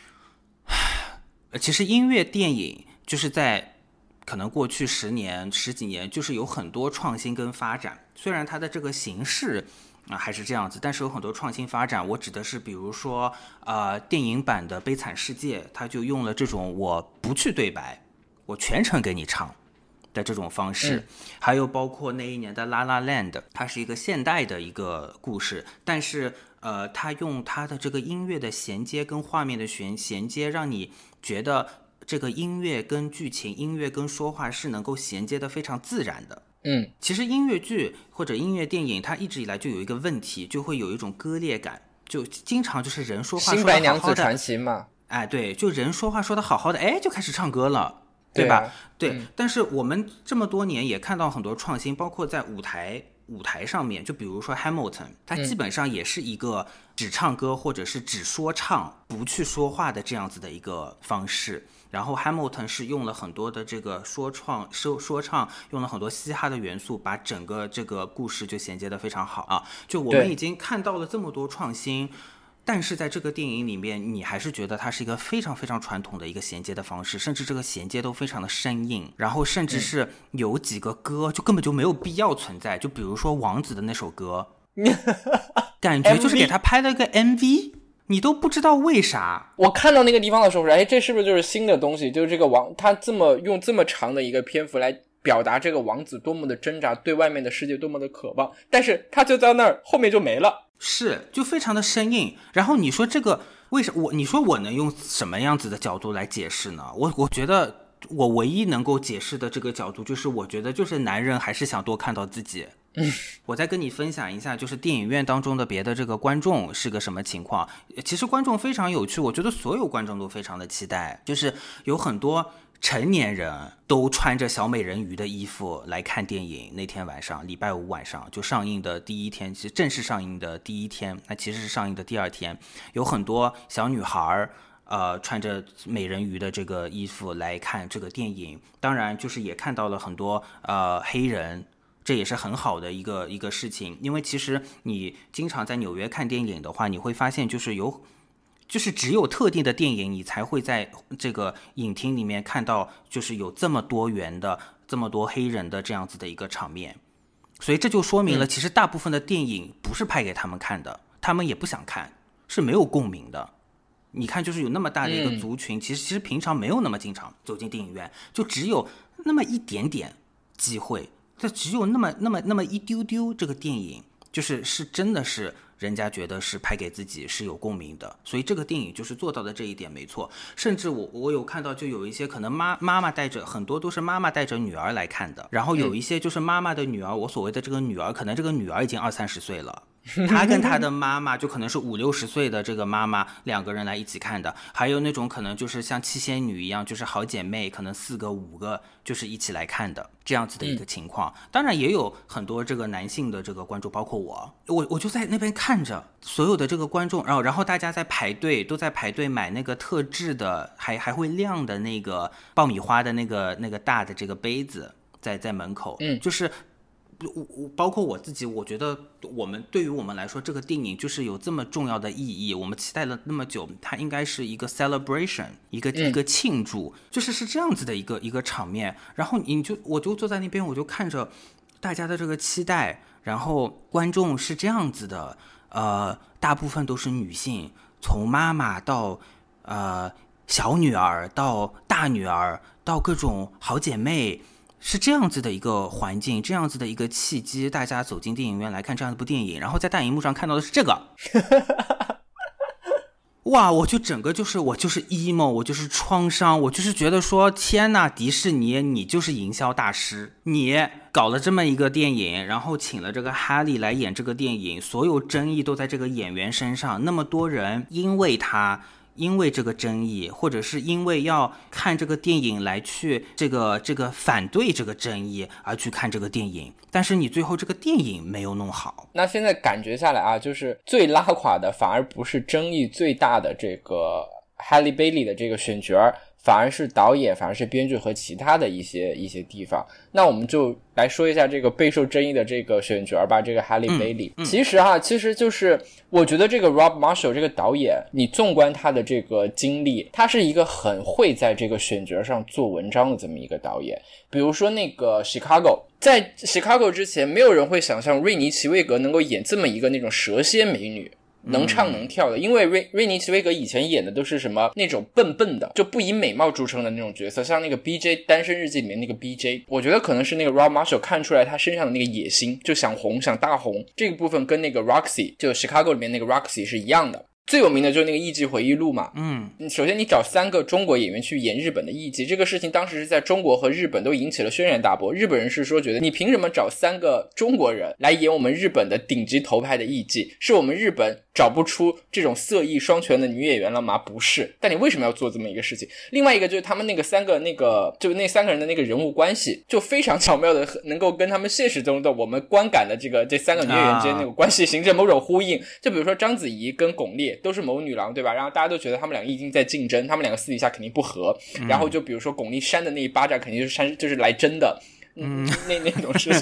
其实音乐电影就是在可能过去十年十几年，就是有很多创新跟发展，虽然它的这个形式。啊，还是这样子，但是有很多创新发展。我指的是，比如说，呃，电影版的《悲惨世界》，它就用了这种我不去对白，我全程给你唱的这种方式。嗯、还有包括那一年的《La La Land》，它是一个现代的一个故事，但是呃，它用它的这个音乐的衔接跟画面的衔衔接，让你觉得这个音乐跟剧情、音乐跟说话是能够衔接的非常自然的。 嗯， 其实音乐剧或者音乐电影它一直以来就有一个问题，就会有一种割裂感，就经常就是人说话说得好好的， 新白娘子传奇嘛， 哎，对，就人说话说得好好的，哎，就开始唱歌了，对吧？对，啊、对、嗯。但是我们这么多年也看到很多创新，包括在舞台舞台上面，就比如说 Hamilton， 它基本上也是一个只唱歌或者是只说唱不去说话的这样子的一个方式。然后 Hamilton 是用了很多的这个说唱说说唱，用了很多嘻哈的元素，把整个这个故事就衔接得非常好啊。就我们已经看到了这么多创新，但是在这个电影里面，你还是觉得它是一个非常非常传统的一个衔接的方式，甚至这个衔接都非常的生硬，然后甚至是有几个歌就根本就没有必要存在，就比如说王子的那首歌，感觉就是给他拍了个 M V。你都不知道为啥。 我看到那个地方的时候说，哎，这是不是就是新的东西？就是这个王他这么用这么长的一个篇幅来表达这个王子多么的挣扎，对外面的世界多么的渴望，但是他就在那儿后面就没了， 是就非常的生硬。然后你说这个为什么我你说我能用什么样子的角度来解释呢？我我觉得我唯一能够解释的这个角度就是我觉得就是男人还是想多看到自己。嗯，我再跟你分享一下就是电影院当中的别的这个观众是个什么情况。其实观众非常有趣，我觉得所有观众都非常的期待，就是有很多成年人都穿着小美人鱼的衣服来看电影。那天晚上礼拜五晚上就上映的第一天，其实正式上映的第一天，那其实是上映的第二天，有很多小女孩呃，穿着美人鱼的这个衣服来看这个电影。当然就是也看到了很多呃黑人，这也是很好的一个一个事情。因为其实你经常在纽约看电影的话，你会发现就是有就是只有特定的电影你才会在这个影厅里面看到就是有这么多元的这么多黑人的这样子的一个场面。所以这就说明了其实大部分的电影不是拍给他们看的，他们也不想看，是没有共鸣的。你看就是有那么大的一个族群、嗯、其实其实平常没有那么经常走进电影院，就只有那么一点点机会，这只有那么那么那么一丢丢，这个电影就是是真的是人家觉得是拍给自己是有共鸣的。所以这个电影就是做到的这一点没错。甚至我我有看到就有一些可能妈妈妈带着，很多都是妈妈带着女儿来看的，然后有一些就是妈妈的女儿、嗯、我所谓的这个女儿可能这个女儿已经二三十岁了，他跟他的妈妈就可能是五六十岁的这个妈妈，两个人来一起看的。还有那种可能就是像七仙女一样，就是好姐妹，可能四个五个就是一起来看的这样子的一个情况、嗯、当然也有很多这个男性的这个观众，包括我我我就在那边看着所有的这个观众，然后然后大家在排队，都在排队买那个特制的还还会亮的那个爆米花的那个那个大的这个杯子，在在门口，嗯，就是我我包括我自己，我觉得我们对于我们来说，这个电影就是有这么重要的意义，我们期待了那么久，它应该是一个 celebration， 一个、嗯、一个庆祝，就是是这样子的一个一个场面。然后你就我就坐在那边，我就看着大家的这个期待，然后观众是这样子的，呃，大部分都是女性，从妈妈到呃小女儿到大女儿到各种好姐妹。是这样子的一个环境，这样子的一个契机，大家走进电影院来看这样一部电影，然后在大荧幕上看到的是这个哇，我就整个就是我就是 emo， 我就是创伤，我就是觉得说天哪，迪士尼你就是营销大师，你搞了这么一个电影，然后请了这个哈利来演这个电影，所有争议都在这个演员身上，那么多人因为他因为这个争议，或者是因为要看这个电影来去这个这个反对这个争议而去看这个电影，但是你最后这个电影没有弄好。 那现在感觉下来啊，就是最拉垮的反而不是争议最大的这个 Halle Bailey 的这个选角，反而是导演，反而是编剧和其他的一些一些地方。那我们就来说一下这个备受争议的这个选角吧，这个 Halle Bailey、嗯嗯、其实哈其实就是我觉得这个 Rob Marshall 这个导演，你纵观他的这个经历，他是一个很会在这个选角上做文章的这么一个导演。比如说那个 Chicago， 在 Chicago 之前没有人会想象瑞妮奇维格能够演这么一个那种蛇蝎美女，能唱能跳的，因为瑞瑞妮奇维格以前演的都是什么那种笨笨的，就不以美貌著称的那种角色，像那个 B J 单身日记里面那个 B J， 我觉得可能是那个 Rob Marshall 看出来他身上的那个野心，就想红想大红，这个部分跟那个 Roxy 就 Chicago 里面那个 Roxy 是一样的。最有名的就是那个艺伎回忆录嘛，嗯，首先你找三个中国演员去演日本的艺伎，这个事情当时是在中国和日本都引起了轩然大波。日本人是说觉得你凭什么找三个中国人来演我们日本的顶级头牌的艺伎？是我们日本找不出这种色艺双全的女演员了吗？不是，但你为什么要做这么一个事情？另外一个就是他们那个三个那个就那三个人的那个人物关系，就非常巧妙的能够跟他们现实中的我们观感的这个这三个女演员之间那个关系形成某种呼应。就比如说章子怡跟巩俐都是谋女郎，对吧？然后大家都觉得他们两个已经在竞争，他们两个私底下肯定不合、嗯、然后就比如说巩俐扇的那一巴掌肯定就是扇就是来真的，嗯，那那种事情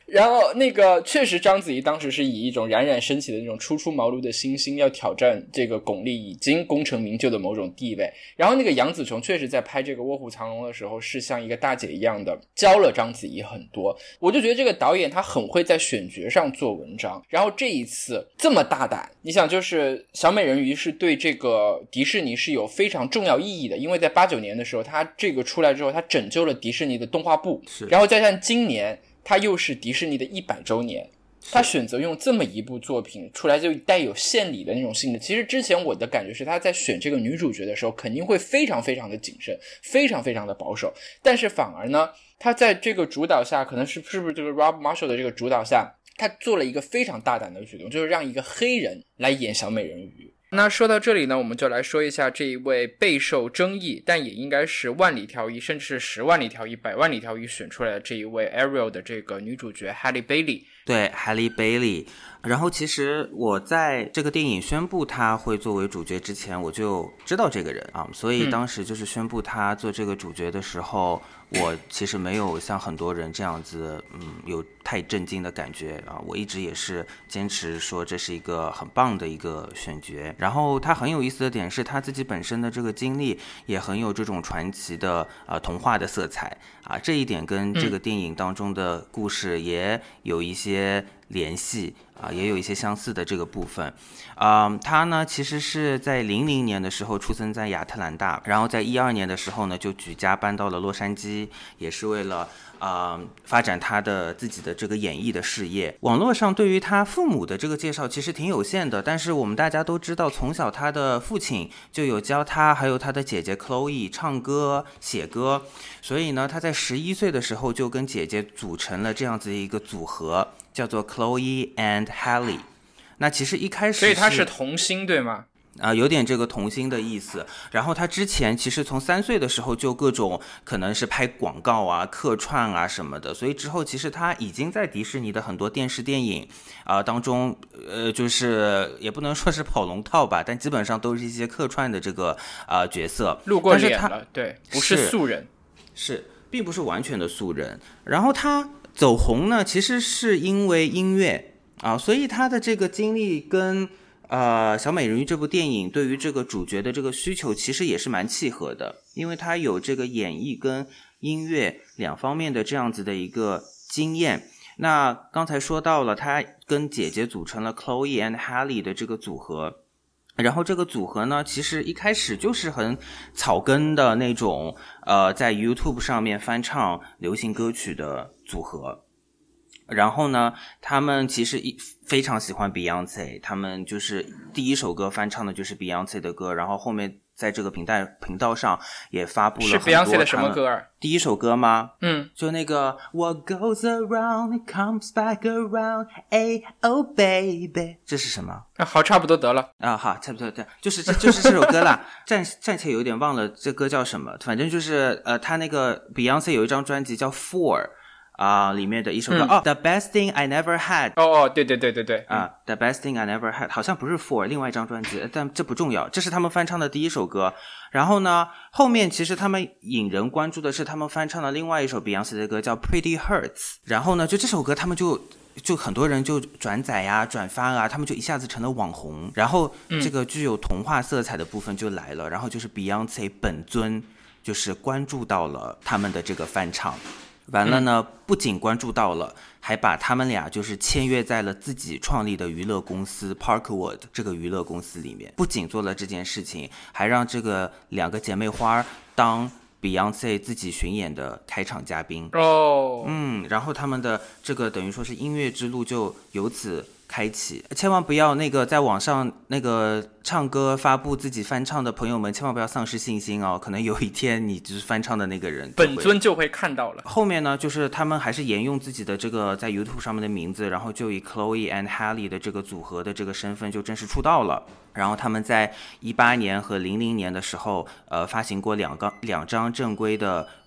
然后那个确实章子怡当时是以一种冉冉升起的那种初出茅庐的新星，要挑战这个巩俐已经功成名就的某种地位。然后那个杨紫琼确实在拍这个卧虎藏龙的时候是像一个大姐一样的教了章子怡很多。我就觉得这个导演他很会在选角上做文章，然后这一次这么大胆，你想就是小美人鱼是对这个迪士尼是有非常重要意义的，因为在八九年的时候他这个出来之后他拯救了迪士尼的动画部，然后加上今年它又是迪士尼的一百周年，他选择用这么一部作品出来就带有献礼的那种性质。其实之前我的感觉是他在选这个女主角的时候肯定会非常非常的谨慎，非常非常的保守，但是反而呢他在这个主导下，可能是是不是这个 Rob Marshall 的这个主导下，他做了一个非常大胆的举动，就是让一个黑人来演小美人鱼。那说到这里呢，我们就来说一下这一位备受争议但也应该是万里挑一甚至是十万里挑一百万里挑一选出来的这一位 Ariel 的这个女主角 Halle Bailey。 对 Halle Bailey。 然后其实我在这个电影宣布她会作为主角之前我就知道这个人啊，所以当时就是宣布她做这个主角的时候、嗯、我其实没有像很多人这样子嗯有太震惊的感觉啊，我一直也是坚持说这是一个很棒的一个选角。然后他很有意思的点是他自己本身的这个经历也很有这种传奇的呃童话的色彩啊，这一点跟这个电影当中的故事也有一些联系啊，也有一些相似的这个部分。啊，他呢其实是在零零年的时候出生在亚特兰大，然后在一二年的时候呢就举家搬到了洛杉矶，也是为了呃，发展他的自己的这个演艺的事业。网络上对于他父母的这个介绍其实挺有限的，但是我们大家都知道从小他的父亲就有教他还有他的姐姐 Chloe 唱歌写歌，所以呢他在十一岁的时候就跟姐姐组成了这样子一个组合，叫做 Chloe and Halle。 那其实一开始所以他是童星对吗？ 啊、呃，有点这个童星的意思。然后他之前其实从三岁的时候就各种可能是拍广告啊、客串啊什么的，所以之后其实他已经在迪士尼的很多电视电影啊、呃、当中，呃，就是也不能说是跑龙套吧，但基本上都是一些客串的这个啊、呃、角色， 露过脸了，对，不是素人， 是，是并不是完全的素人。然后他走红呢，其实是因为音乐啊，所以他的这个经历跟呃，小美人鱼这部电影对于这个主角的这个需求其实也是蛮契合的，因为他有这个演绎跟音乐两方面的这样子的一个经验。那刚才说到了他跟姐姐组成了 Chloe and Halle 的这个组合，然后这个组合呢其实一开始就是很草根的那种呃，在 YouTube 上面翻唱流行歌曲的组合。然后呢他们其实非常喜欢 Beyonce， 他们就是第一首歌翻唱的就是 Beyonce 的歌，然后后面在这个频道频道上也发布了很多。 是 Beyonce 的什么歌啊？ 第一首歌吗？ 嗯， 就那个 What goes around it comes back around A oh baby， 这是什么啊？好，差不多得了啊，好，差不多对，就是这就是这首歌啦。暂暂且有点忘了这歌叫什么，反正就是呃，他那个 Beyonce 有一张专辑叫 Four。啊、呃，里面的一首歌、嗯、哦 ，The Best Thing I Never Had。 哦哦，对对对对对， 啊、呃、，The Best Thing I Never Had， 好像不是 For 另外一张专辑，但这不重要，这是他们翻唱的第一首歌。然后呢，后面其实他们引人关注的是他们翻唱的另外一首 Beyonce 的歌叫 Pretty Hurts。然后呢，就这首歌他们就就很多人就转载呀、转发啊，他们就一下子成了网红。然后这个具有童话色彩的部分就来了，嗯、然后就是 Beyonce 本尊就是关注到了他们的这个翻唱。完了呢、嗯、不仅关注到了，还把他们俩就是签约在了自己创立的娱乐公司 Parkwood 这个娱乐公司里面。不仅做了这件事情，还让这个两个姐妹花当 Beyonce 自己巡演的开场嘉宾哦。 嗯，然后他们的这个等于说是音乐之路就由此开启。千万不要那个在网上那个唱歌发布自己翻唱的朋友们，千万不要丧失信心哦，可能有一天你就是翻唱的那个人本尊就会看到了。 后面呢就是他们还是沿用自己的这个在 YouTube 上面的名字，然后就以 Chloe and Halle 的这个组合的这个身份就正式出道了。然后他们在一八年和零零年的时候呃，发行过两个两张正规的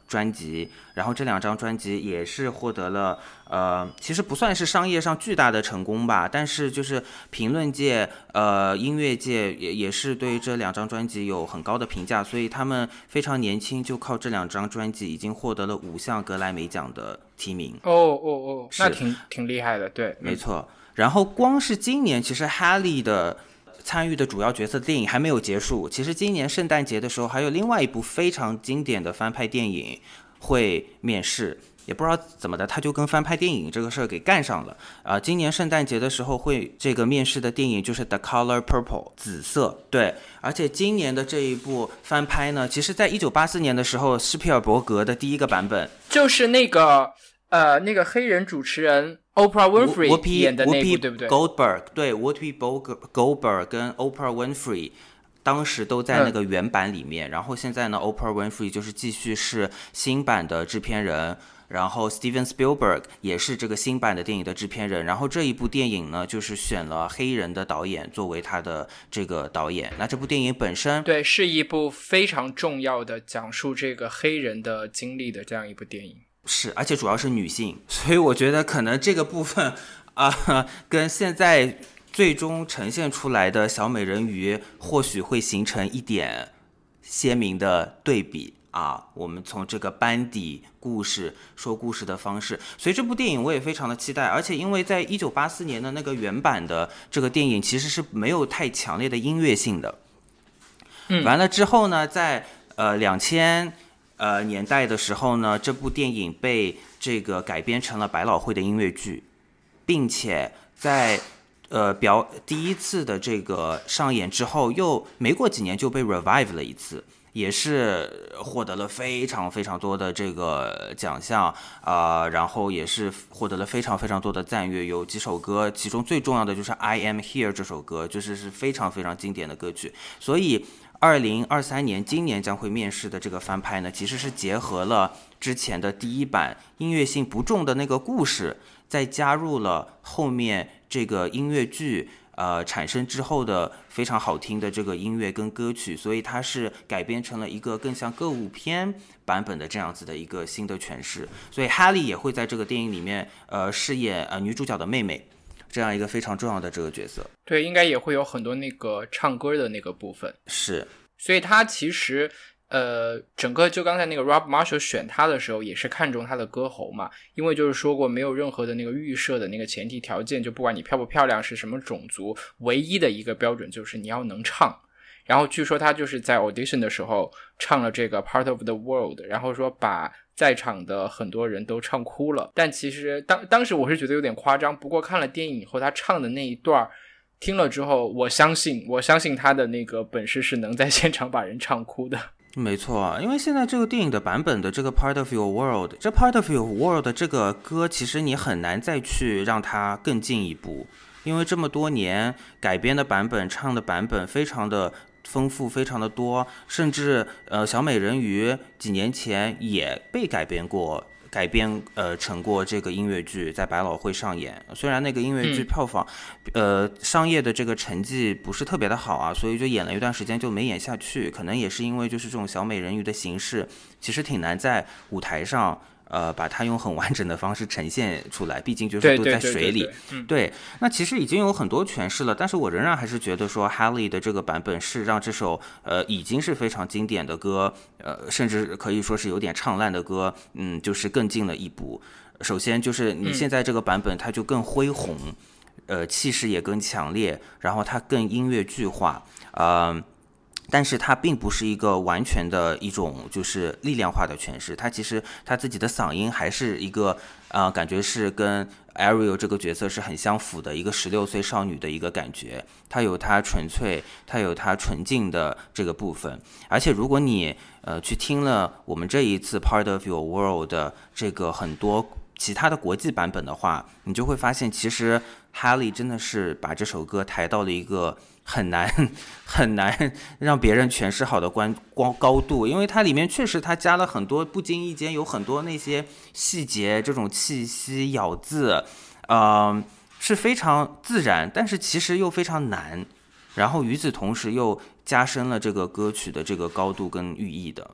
专辑，然后这两张专辑也是获得了呃，其实不算是商业上巨大的成功吧，但是就是评论界、呃音乐界也也是对这两张专辑有很高的评价，所以他们非常年轻就靠这两张专辑已经获得了五项格莱美奖的提名。 哦哦哦，那挺挺厉害的，对， 没错。然后光是今年，其实 Halle 的参与的主要角色的电影还没有结束。其实今年圣诞节的时候，还有另外一部非常经典的翻拍电影会面世，也不知道怎么的，他就跟翻拍电影这个事儿给干上了。啊、呃，今年圣诞节的时候会这个面世的电影就是 The Color Purple 紫色，对。而且今年的这一部翻拍呢，其实在一九八四年的时候，斯皮尔伯格的第一个版本就是那个呃那个黑人主持人。Oprah Winfrey 演的那部，对不对 ？Goldberg 对 ，Whoopi Goldberg 跟 Oprah Winfrey 当时都在那个原版里面，嗯、然后现在呢 ，Oprah Winfrey 就是继续是新版的制片人，然后 Steven Spielberg 也是这个新版的电影的制片人，然后这一部电影呢，就是选了黑人的导演作为他的这个导演。那这部电影本身， 对，是一部非常重要的讲述这个黑人的经历的这样一部电影。 是，而且主要是女性，所以我觉得可能这个部分啊、呃，跟现在最终呈现出来的小美人鱼或许会形成一点鲜明的对比啊。我们从这个班底、故事、说故事的方式，所以这部电影我也非常的期待。而且因为在一九八四年的那个原版的这个电影其实是没有太强烈的音乐性的，嗯，完了之后呢，在呃两千。呃，年代的时候呢，这部电影被这个改编成了百老汇的音乐剧，并且在呃表第一次的这个上演之后，又没过几年就被 revive 了一次，也是获得了非常非常多的这个奖项啊、呃，然后也是获得了非常非常多的赞誉。有几首歌，其中最重要的就是 I Am Here 这首歌，就是是非常非常经典的歌曲，所以。二零二三年今年将会面世的这个翻拍呢，其实是结合了之前的第一版音乐性不重的那个故事，再加入了后面这个音乐剧呃产生之后的非常好听的这个音乐跟歌曲，所以它是改编成了一个更像歌舞片版本的这样子的一个新的诠释。所以 Halle 也会在这个电影里面呃饰演呃女主角的妹妹。这样一个非常重要的这个角色， 对，应该也会有很多那个唱歌的那个部分， 是， 所以他其实呃，整个就刚才那个 Rob Marshall 选他的时候，也是看中他的歌喉嘛，因为就是说过没有任何的那个预设的那个前提条件，就不管你漂不漂亮，是什么种族，唯一的一个标准就是你要能唱。然后据说他就是在 audition 的时候唱了这个 Part of the World， 然后说把在场的很多人都唱哭了。但其实当当时我是觉得有点夸张，不过看了电影以后他唱的那一段听了之后，我相信我相信他的那个本事是能在现场把人唱哭的。 没错，因为现在这个电影的版本的这个 Part of Your World， 这 Part of Your World 的这个歌其实你很难再去让它更进一步，因为这么多年改编的版本唱的版本非常的丰富，非常的多，甚至呃小美人鱼几年前也被改编过改编呃成过这个音乐剧，在百老汇上演。虽然那个音乐剧票房、嗯、呃商业的这个成绩不是特别的好啊，所以就演了一段时间就没演下去，可能也是因为就是这种小美人鱼的形式其实挺难在舞台上呃，把它用很完整的方式呈现出来，毕竟就是都在水里。 对, 对, 对, 对, 对, 对, 对，那其实已经有很多诠释了，但是我仍然还是觉得说 Halle 的这个版本是让这首呃已经是非常经典的歌，呃，甚至可以说是有点唱烂的歌，嗯，就是更进了一步。首先就是你现在这个版本它就更恢宏，呃，气势也更强烈，然后它更音乐剧化，呃。但是它并不是一个完全的一种就是力量化的诠释，它其实它自己的嗓音还是一个呃，感觉是跟 Ariel 这个角色是很相符的一个十六岁少女的一个感觉，它有它纯粹，它有它纯净的这个部分。而且如果你呃去听了我们这一次 Part of Your World 的这个很多其他的国际版本的话，你就会发现其实 Halle 真的是把这首歌抬到了一个很难很难让别人诠释好的关光高度，因为它里面确实它加了很多，不经意间有很多那些细节，这种气息咬字呃，是非常自然，但是其实又非常难，然后与此同时又加深了这个歌曲的这个高度跟寓意的。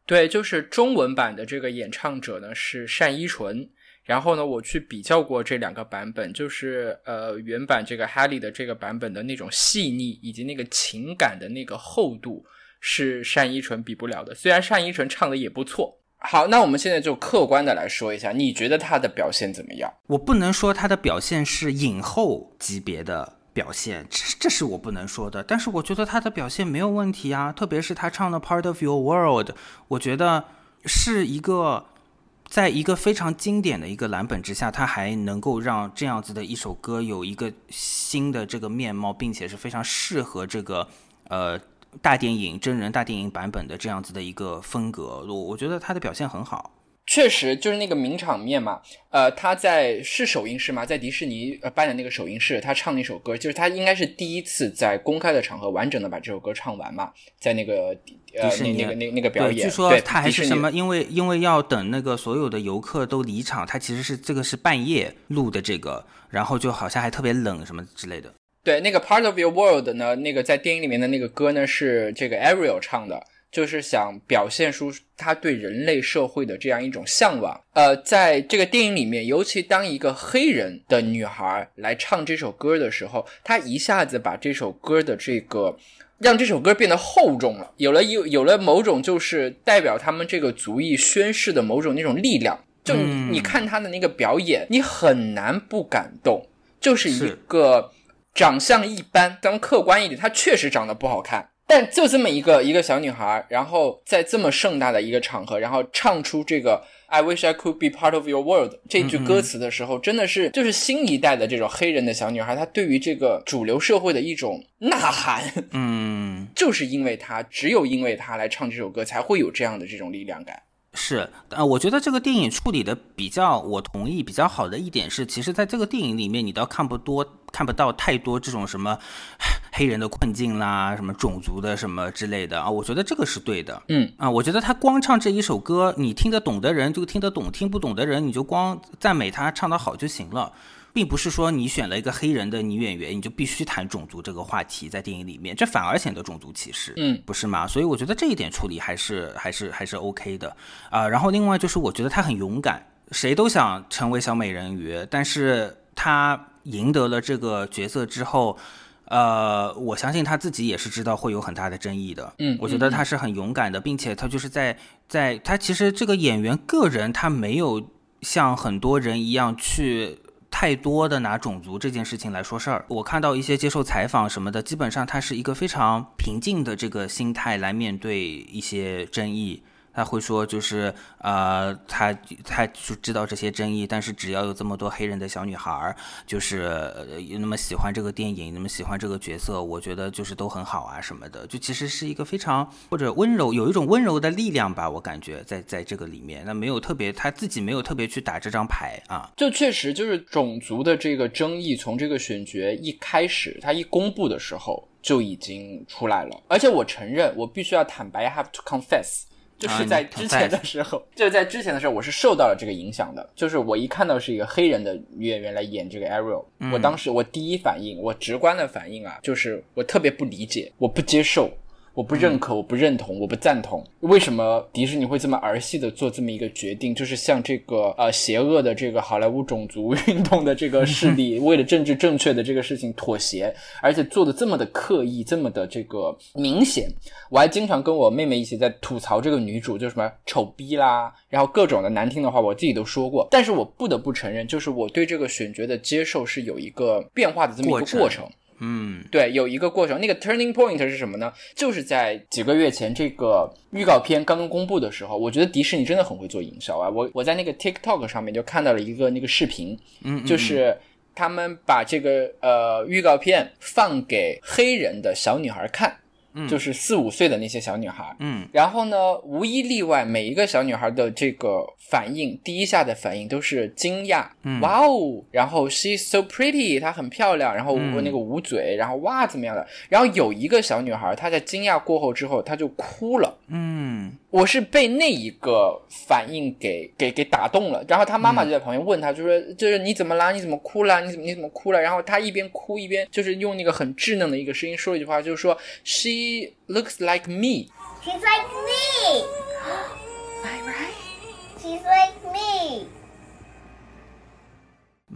对，就是中文版的这个演唱者呢是单依纯，然后呢我去比较过这两个版本，就是呃原版这个 Haley 的这个版本的那种细腻以及那个情感的那个厚度是单依纯比不了的，虽然单依纯唱的也不错。好，那我们现在就客观的来说一下，你觉得他的表现怎么样？ 我不能说他的表现是影后级别的表现，这这是我不能说的，但是我觉得他的表现没有问题啊，特别是他唱的 Part of Your World， 我觉得是一个在一个非常经典的一个蓝本之下，他还能够让这样子的一首歌有一个新的这个面貌，并且是非常适合这个呃大电影真人大电影版本的这样子的一个风格，我我觉得他的表现很好。 确实就是那个名场面嘛，呃，他在是首映式嘛，在迪士尼呃办的那个首映式，他唱那首歌，就是他应该是第一次在公开的场合完整的把这首歌唱完嘛，在那个呃那那个那那个表演， 据说他还是什么，因为因为要等那个所有的游客都离场，他其实是这个是半夜录的这个，然后就好像还特别冷什么之类的。 对，那个 Part of Your World 呢，那个在电影里面的那个歌呢是这个 Ariel 唱的。就是想表现出他对人类社会的这样一种向往。呃，在这个电影里面，尤其当一个黑人的女孩来唱这首歌的时候，她一下子把这首歌的这个让这首歌变得厚重了，有了有有了某种就是代表他们这个族裔宣誓的某种那种力量。就你、嗯、你看他的那个表演，你很难不感动。就是一个长相一般，当客观一点，她确实长得不好看。但就这么一个一个小女孩，然后在这么盛大的一个场合，然后唱出这个 I wish I could be part of your world 这句歌词的时候，嗯嗯真的是就是新一代的这种黑人的小女孩，她对于这个主流社会的一种呐喊。嗯，就是因为她，只有因为她来唱这首歌，才会有这样的这种力量感。 是，呃，我觉得这个电影处理的比较，我同意比较好的一点是，其实在这个电影里面，你倒看不多，看不到太多这种什么黑人的困境啦，什么种族的什么之类的啊，我觉得这个是对的。嗯啊，我觉得他光唱这一首歌，你听得懂的人就听得懂，听不懂的人你就光赞美他唱得好就行了。并不是说你选了一个黑人的女演员，你就必须谈种族这个话题在电影里面，这反而显得种族歧视，嗯，不是吗？所以我觉得这一点处理还是还是还是 OK 的啊、呃。然后另外就是我觉得他很勇敢，谁都想成为小美人鱼，但是他赢得了这个角色之后，呃，我相信他自己也是知道会有很大的争议的，嗯，我觉得他是很勇敢的，并且他就是在在他其实这个演员个人他没有像很多人一样去太多的拿种族这件事情来说事儿。我看到一些接受采访什么的，基本上他是一个非常平静的这个心态来面对一些争议。他会说就是呃他他就知道这些争议，但是只要有这么多黑人的小女孩就是呃那么喜欢这个电影，那么喜欢这个角色，我觉得就是都很好啊什么的，就其实是一个非常或者温柔，有一种温柔的力量吧，我感觉在在这个里面，那没有特别他自己没有特别去打这张牌啊。 就确实就是种族的这个争议从这个选角一开始他一公布的时候就已经出来了，而且我承认我必须要坦白 I have to confess，就是在之前的时候、啊、就是在之前的时候我是受到了这个影响的，就是我一看到是一个黑人的女演员来演这个 Ariel、嗯、我当时我第一反应我直观的反应啊，就是我特别不理解，我不接受，我不认可、嗯、我不认同，我不赞同，为什么迪士尼会这么儿戏的做这么一个决定，就是像这个呃邪恶的这个好莱坞种族运动的这个势力为了政治正确的这个事情妥协，而且做的这么的刻意，这么的这个明显。我还经常跟我妹妹一起在吐槽这个女主就什么丑逼啦，然后各种的难听的话我自己都说过，但是我不得不承认，就是我对这个选角的接受是有一个变化的这么一个过程。嗯，对，有一个过程。那个 turning point 是什么呢？就是在几个月前这个预告片刚刚公布的时候，我觉得迪士尼真的很会做营销啊。我我在那个 TikTok 上面就看到了一个那个视频，嗯，就是他们把这个呃预告片放给黑人的小女孩看。就是四五岁的那些小女孩，嗯，然后呢，无一例外，每一个小女孩的这个反应，第一下的反应都是惊讶，嗯，哇哦，然后 she's so pretty， 她很漂亮，然后那个捂嘴，然后哇怎么样的，然后有一个小女孩，她在惊讶过后之后，她就哭了，嗯，我是被那一个反应给给给打动了，然后她妈妈就在旁边问她，就说就是你怎么啦？你怎么哭了？你怎么你怎么哭了？然后她一边哭一边就是用那个很稚嫩的一个声音说一句话，就是说 she She looks like me. She's like me.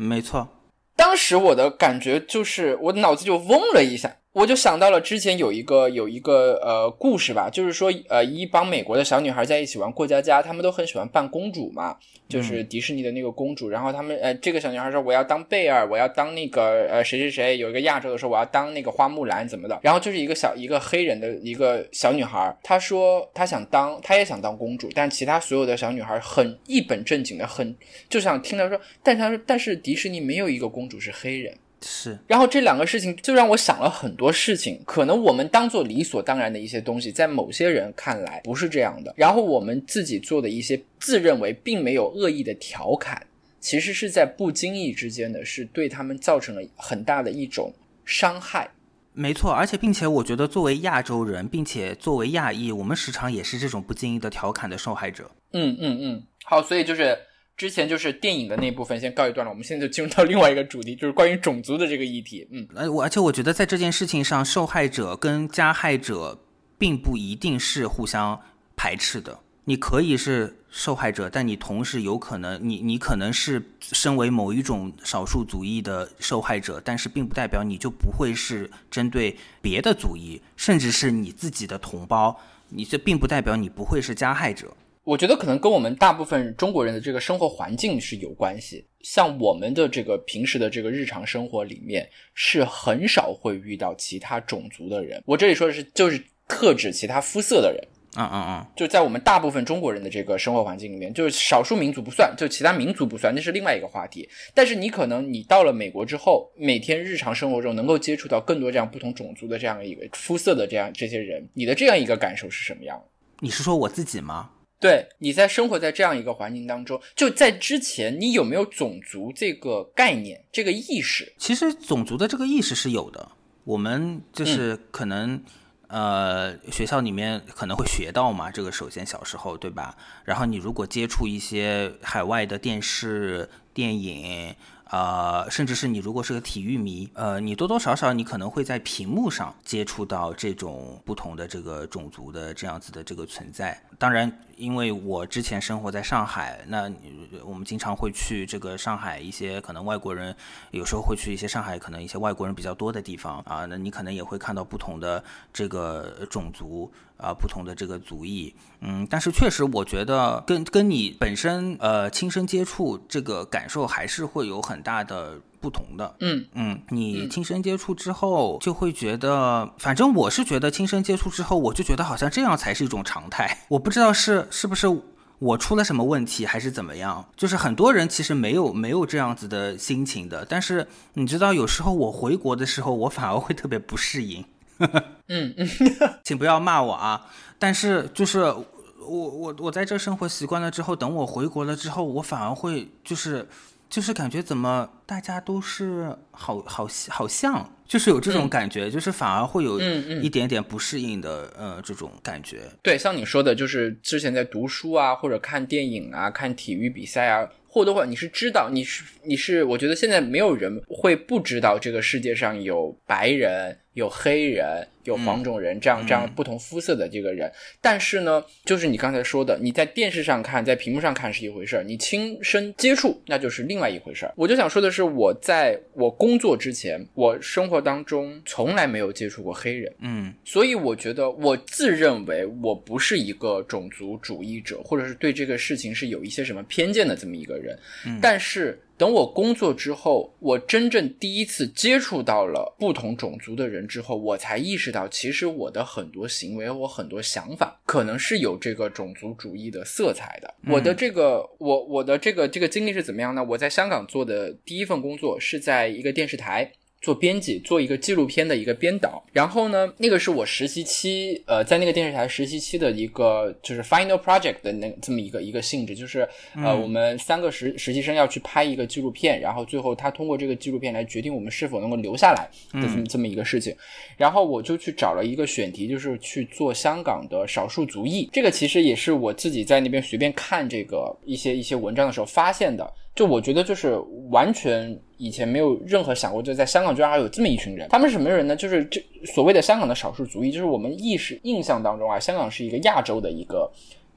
没错。 当时我的感觉就是我脑子就嗡了一下，我就想到了之前有一个有一个呃故事吧，就是说呃一帮美国的小女孩在一起玩过家家，她们都很喜欢扮公主嘛，就是迪士尼的那个公主，然后她们呃这个小女孩说我要当贝尔，我要当那个呃谁谁谁，有一个亚洲的说我要当那个花木兰怎么的，然后就是一个小一个黑人的一个小女孩，她说她想当她也想当公主，但其他所有的小女孩很一本正经的很就想听她说，但她说但是迪士尼没有一个公主是黑人。 是， 然后这两个事情就让我想了很多事情，可能我们当做理所当然的一些东西，在某些人看来不是这样的，然后我们自己做的一些自认为并没有恶意的调侃，其实是在不经意之间的是对他们造成了很大的一种伤害。 没错，而且并且我觉得作为亚洲人，并且作为亚裔，我们时常也是这种不经意的调侃的受害者。 嗯嗯嗯，好，所以就是之前就是电影的那部分先告一段落，我们现在就进入到另外一个主题，就是关于种族的这个议题。嗯， 而且我觉得在这件事情上，受害者跟加害者并不一定是互相排斥的。你可以是受害者，但你同时有可能你你可能是身为某一种少数族裔的受害者，但是并不代表你就不会是针对别的族裔，甚至是你自己的同胞，你这并不代表你不会是加害者。 我觉得可能跟我们大部分中国人的这个生活环境是有关系，像我们的这个平时的这个日常生活里面是很少会遇到其他种族的人，我这里说的是就是特指其他肤色的人。 嗯嗯嗯， 就在我们大部分中国人的这个生活环境里面，就是少数民族不算，就其他民族不算，那是另外一个话题。但是你可能你到了美国之后，每天日常生活中能够接触到更多这样不同种族的这样一个肤色的这样这些人，你的这样一个感受是什么样的？ 你是说我自己吗？ 对，你在生活在这样一个环境当中，就在之前你有没有种族这个概念这个意识？ 其实种族的这个意识是有的，我们就是可能、嗯、呃学校里面可能会学到嘛，这个首先小时候对吧，然后你如果接触一些海外的电视电影呃，甚至是你如果是个体育迷，呃，你多多少少你可能会在屏幕上接触到这种不同的这个种族的这样子的这个存在。当然，因为我之前生活在上海，那我们经常会去这个上海一些可能外国人，有时候会去一些上海可能一些外国人比较多的地方啊，那你可能也会看到不同的这个种族。啊，不同的这个族裔，嗯，但是确实我觉得跟跟你本身呃亲身接触这个感受还是会有很大的不同的。 嗯嗯，你亲身接触之后就会觉得，反正我是觉得亲身接触之后，我就觉得好像这样才是一种常态。我不知道是是不是我出了什么问题还是怎么样，就是很多人其实没有没有这样子的心情的，但是你知道有时候我回国的时候，我反而会特别不适应。 嗯嗯， 请不要骂我啊！但是就是我我我在这生活习惯了之后，等我回国了之后，我反而会就是就是感觉怎么大家都是好好好像，就是有这种感觉，嗯、就是反而会有一点点不适应的、嗯、呃这种感觉。 对，像你说的，就是之前在读书啊，或者看电影啊，看体育比赛啊。或多或少你是知道，你是你是，我觉得现在没有人会不知道这个世界上有白人、有黑人、有黄种人这样、嗯、这样不同肤色的这个人。但是呢，就是你刚才说的，你在电视上看，在屏幕上看是一回事，你亲身接触那就是另外一回事。我就想说的是，我在我工作之前，我生活当中从来没有接触过黑人， 嗯， 所以我觉得我自认为我不是一个种族主义者，或者是对这个事情是有一些什么偏见的这么一个人。 嗯、 但是等我工作之后，我真正第一次接触到了不同种族的人之后，我才意识到其实我的很多行为，我很多想法可能是有这个种族主义的色彩的。 嗯、 我的这个我我的这个这个经历是怎么样呢？我在香港做的第一份工作是在一个电视台做编辑，做一个纪录片的一个编导。然后呢，那个是我实习期呃在那个电视台实习期的一个就是 final project 的那这么一个一个性质，就是呃、嗯、我们三个实实习生要去拍一个纪录片，然后最后他通过这个纪录片来决定我们是否能够留下来的这么、嗯、这么一个事情。然后我就去找了一个选题，就是去做香港的少数族裔。这个其实也是我自己在那边随便看这个一些一些文章的时候发现的。就我觉得就是完全以前没有任何想过，就在香港居然还有这么一群人。他们是什么人呢？就是这所谓的香港的少数族裔，就是我们意识印象当中啊，香港是一个亚洲的一个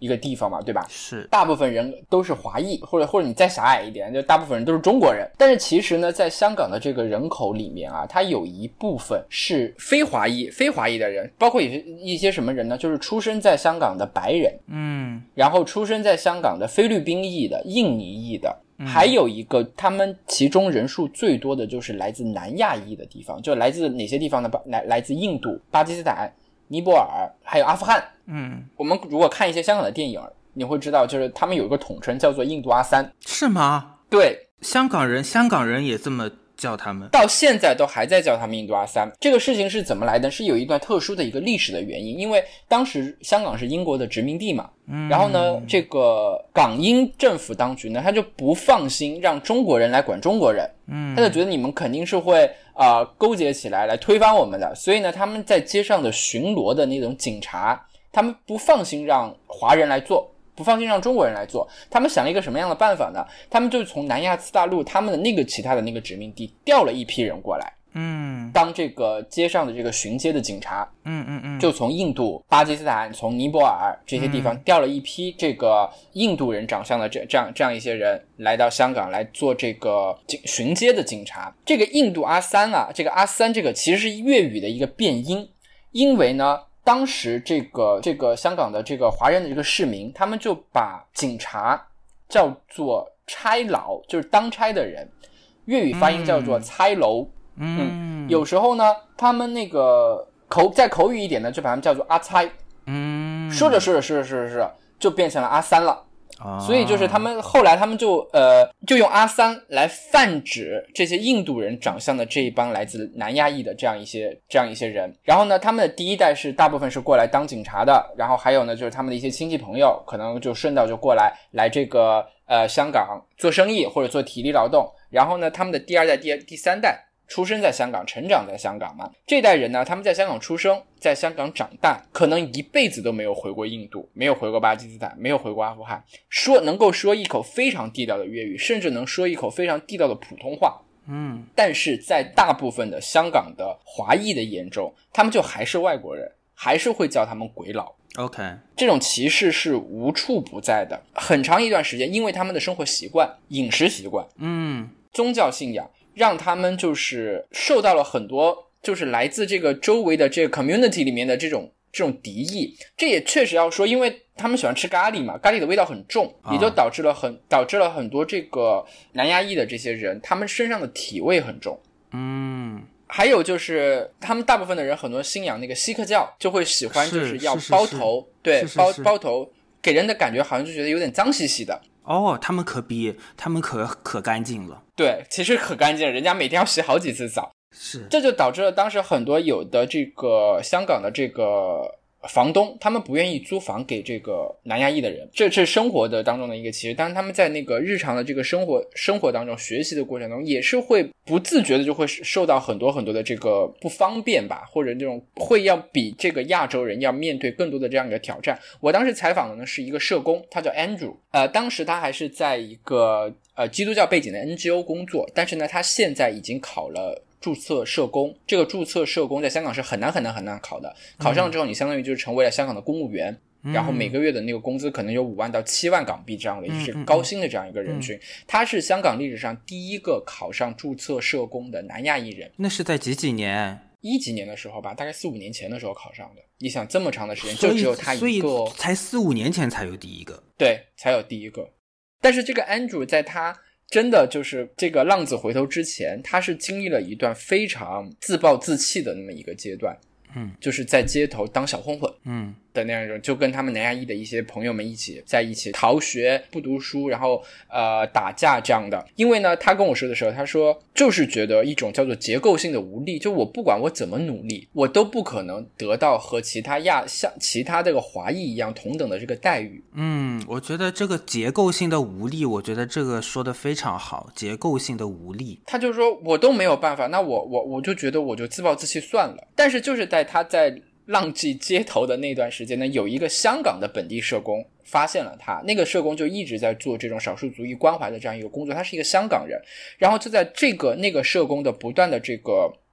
一个地方嘛，对吧？ 是， 大部分人都是华裔，或者或者你再狭隘一点，就大部分人都是中国人。但是其实呢，在香港的这个人口里面啊，它有一部分是非华裔、非华裔的人，包括一些什么人呢？就是出生在香港的白人， 嗯， 然后出生在香港的菲律宾裔的、印尼裔的。还有一个他们其中人数最多的就是来自南亚裔的地方，就来自哪些地方呢？来来自印度、巴基斯坦、尼泊尔还有阿富汗。 嗯， 我们如果看一些香港的电影，你会知道就是他们有一个统称叫做印度阿三。 是吗？ 对， 香港人香港人也这么叫他们， 到现在都还在叫他们印度阿三。这个事情是怎么来的？是有一段特殊的一个历史的原因，因为当时香港是英国的殖民地嘛，嗯，然后呢，这个港英政府当局呢，他就不放心让中国人来管中国人，嗯，他就觉得你们肯定是会呃勾结起来来推翻我们的，所以呢，他们在街上的巡逻的那种警察，他们不放心让华人来做。不放心让中国人来做，他们想了一个什么样的办法呢？他们就从南亚次大陆他们的那个其他的那个殖民地调了一批人过来，嗯，当这个街上的这个巡街的警察， 嗯嗯嗯， 就从印度、巴基斯坦、从尼泊尔这些地方调了一批这个印度人长相的这这样这样一些人来到香港来做这个巡街的警察。这个印度阿三啊，这个阿三这个其实是粤语的一个变音，因为呢。当时这个这个香港的这个华人的这个市民，他们就把警察叫做差佬，就是当差的人，粤语发音叫做差佬。嗯，嗯有时候呢，他们那个口再口语一点呢，就把他们叫做阿差。嗯，说着说着说着说着说着，就变成了阿三了。所以就是他们后来他们就呃就用阿三来泛指这些印度人长相的这一帮来自南亚裔的这样一些这样一些人。然后呢，他们的第一代是大部分是过来当警察的，然后还有呢就是他们的一些亲戚朋友可能就顺道就过来来这个呃香港做生意或者做体力劳动。然后呢，他们的第二代、第第三代出生在香港，成长在香港嘛。这代人呢，他们在香港出生，在香港长大，可能一辈子都没有回过印度，没有回过巴基斯坦，没有回过阿富汗，说能够说一口非常地道的粤语，甚至能说一口非常地道的普通话。嗯，但是在大部分的香港的华裔的眼中，他们就还是外国人，还是会叫他们鬼佬。 OK， 这种歧视是无处不在的。很长一段时间，因为他们的生活习惯、饮食习惯、嗯，宗教信仰。让他们就是受到了很多就是来自这个周围的这个 community 里面的这种这种敌意。这也确实要说，因为他们喜欢吃咖喱嘛，咖喱的味道很重，也就导致了很导致了很多这个南亚裔的这些人，他们身上的体味很重。嗯，还有就是他们大部分的人很多信仰那个锡克教，就会喜欢就是要包头，对， 是是是包包头，给人的感觉好像就觉得有点脏兮兮的。 哦，他们可比他们可可干净了。 对，其实可干净了，人家每天要洗好几次澡。 是， 这就导致了当时很多有的这个香港的这个房东，他们不愿意租房给这个南亚裔的人，这是生活的当中的一个歧视。但是他们在那个日常的这个生活生活当中，学习的过程中，也是会不自觉的就会受到很多很多的这个不方便吧，或者这种会要比这个亚洲人要面对更多的这样一个挑战。我当时采访的呢是一个社工，他叫 Andrew， 呃，当时他还是在一个呃基督教背景的 N G O 工作，但是呢，他现在已经考了注册社工。这个注册社工在香港是很难很难很难考的，考上之后你相当于就是成为了香港的公务员，嗯，然后每个月的那个工资可能有五万到七万港币这样的，也是高薪的这样一个人群。他是香港历史上第一个考上注册社工的南亚裔人。 那是在几几年？ 一几年的时候吧，大概四五年前的时候考上的。你想这么长的时间，就只有他一个， 所以才四五年前才有第一个。 对，才有第一个。但是这个 Andrew 在他真的就是这个浪子回头之前，他是经历了一段非常自暴自弃的那么一个阶段。嗯，就是在街头当小混混，嗯的那样一种，就跟他们南亚裔的一些朋友们一起在一起逃学不读书，然后呃打架这样的。因为呢他跟我说的时候，他说就是觉得一种叫做结构性的无力，就我不管我怎么努力，我都不可能得到和其他亚像其他这个华裔一样同等的这个待遇。 嗯，我觉得这个结构性的无力，我觉得这个说得非常好，结构性的无力。 他就说我都没有办法，那我我我就觉得我就自暴自弃算了。但是就是在他在浪迹街头的那段时间呢，有一个香港的本地社工发现了他，那个社工就一直在做这种少数族裔关怀的这样一个工作，他是一个香港人。然后就在这个那个社工的不断的这个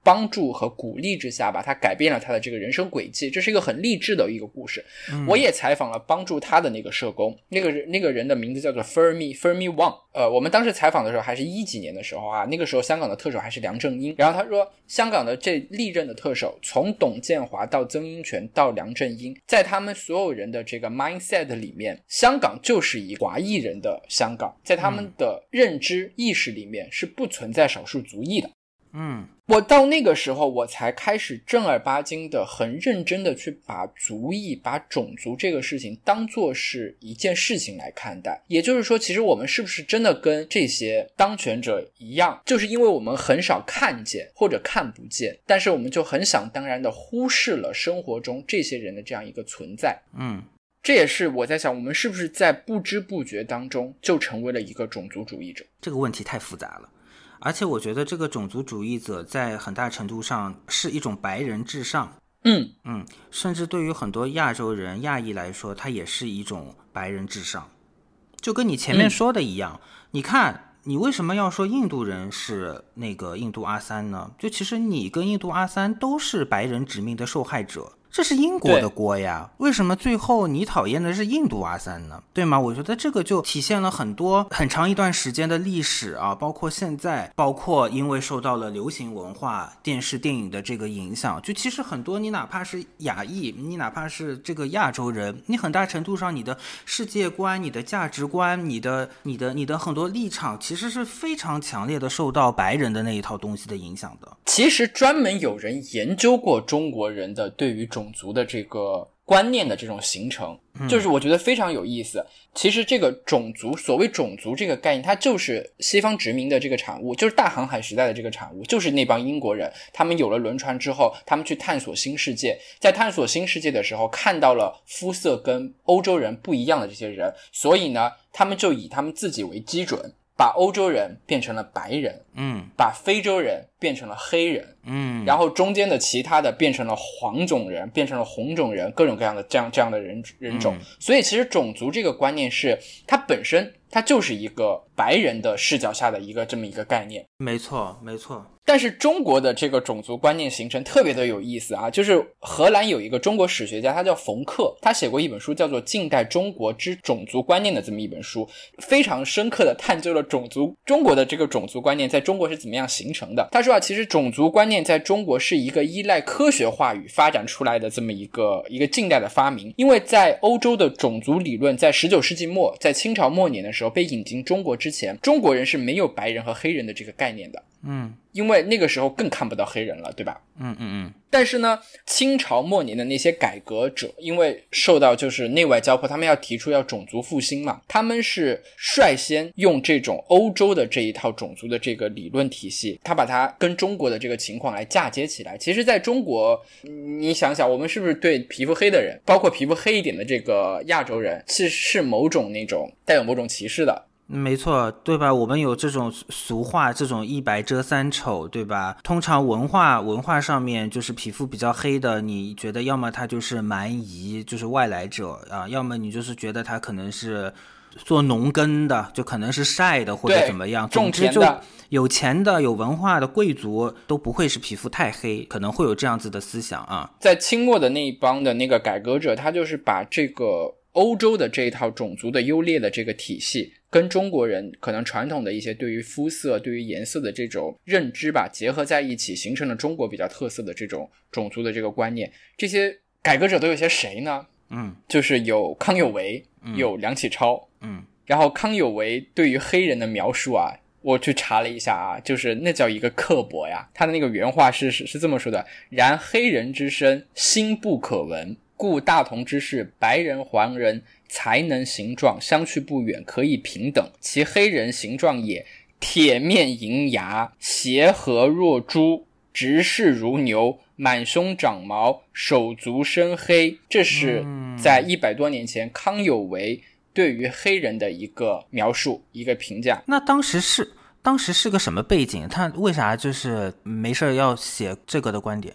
帮助和鼓励之下吧，他改变了他的这个人生轨迹，这是一个很励志的一个故事。嗯、我也采访了帮助他的那个社工，那个那个人的名字叫做 Fermi Fermi Wang。呃，我们当时采访的时候还是一几年的时候啊，那个时候香港的特首还是梁振英。然后他说，香港的这历任的特首，从董建华到曾荫权到梁振英，在他们所有人的这个 mindset 里面，香港就是一个华裔人的香港，在他们的认知意识里面是不存在少数族裔的。 嗯， 我到那个时候我才开始正儿八经的很认真的去把族裔把种族这个事情当作是一件事情来看待。也就是说，其实我们是不是真的跟这些当权者一样，就是因为我们很少看见或者看不见，但是我们就很想当然的忽视了生活中这些人的这样一个存在。 嗯， 这也是我在想，我们是不是在不知不觉当中就成为了一个种族主义者。 这个问题太复杂了，而且我觉得这个种族主义者在很大程度上是一种白人至上。 嗯嗯，甚至对于很多亚洲人亚裔来说，它也是一种白人至上。就跟你前面说的一样、嗯、你看你为什么要说印度人是那个印度阿三呢？就其实你跟印度阿三都是白人殖民的受害者，这是英国的锅呀，为什么最后你讨厌的是印度阿三呢？对吗？我觉得这个就体现了很多很长一段时间的历史啊，包括现在，包括因为受到了流行文化电视电影的这个影响，就其实很多你哪怕是亚裔，你哪怕是这个亚洲人，你很大程度上你的世界观、你的价值观、你的你的你的很多立场其实是非常强烈的受到白人的那一套东西的影响的。 其实专门有人研究过中国人的对于种族的这个观念的这种形成，就是我觉得非常有意思。其实这个种族，所谓种族这个概念，它就是西方殖民的这个产物，就是大航海时代的这个产物，就是那帮英国人，他们有了轮船之后，他们去探索新世界，在探索新世界的时候看到了肤色跟欧洲人不一样的这些人，所以呢他们就以他们自己为基准，把欧洲人变成了白人， 嗯， 把非洲人变成了黑人， 嗯， 然后中间的其他的变成了黄种人，变成了红种人，各种各样的这样这样的人人种、嗯、所以其实种族这个观念是它本身它就是一个白人的视角下的一个这么一个概念。 没错没错。 但是中国的这个种族观念形成特别的有意思啊，就是荷兰有一个中国史学家，他叫冯克，他写过一本书叫做《近代中国之种族观念》的这么一本书，非常深刻的探究了种族中国的这个种族观念在中国是怎么样形成的。他说啊，其实种族观念在中国是一个依赖科学话语发展出来的这么一个一个近代的发明，因为在欧洲的种族理论在十九世纪末，在清朝末年的时候被引进中国之前，中国人是没有白人和黑人的这个概念的。 嗯， 因为那个时候更看不到黑人了，对吧？ 嗯嗯嗯。 但是呢，清朝末年的那些改革者，因为受到就是内外交迫，他们要提出要种族复兴嘛，他们是率先用这种欧洲的这一套种族的这个理论体系，他把它跟中国的这个情况来嫁接起来。其实在中国，你想想我们是不是对皮肤黑的人，包括皮肤黑一点的这个亚洲人，是是某种那种带有某种歧视的。 没错，对吧？我们有这种俗话，这种一白遮三丑，对吧？通常文化文化上面就是皮肤比较黑的，你觉得要么他就是蛮夷，就是外来者啊，要么你就是觉得他可能是做农耕的，就可能是晒的或者怎么样。总之就有钱的、有文化的贵族都不会是皮肤太黑，可能会有这样子的思想啊。 在清末的那一帮的那个改革者，他就是把这个欧洲的这一套种族的优劣的这个体系跟中国人可能传统的一些对于肤色对于颜色的这种认知吧结合在一起，形成了中国比较特色的这种种族的这个观念。这些改革者都有些谁呢？ 嗯， 就是有康有为、嗯、有梁启超。 嗯， 然后康有为对于黑人的描述啊，我去查了一下啊，就是那叫一个刻薄呀。他的那个原话是是是这么说的：然黑人之身心不可闻，故大同之士白人黄人才能形状相去不远，可以平等，其黑人形状也铁面银牙，斜颌若猪，直视如牛，满胸长毛，手足深黑。这是在一百多年前康有为对于黑人的一个描述，一个评价。 那当时是当时是个什么背景？他为啥就是没事要写这个的观点？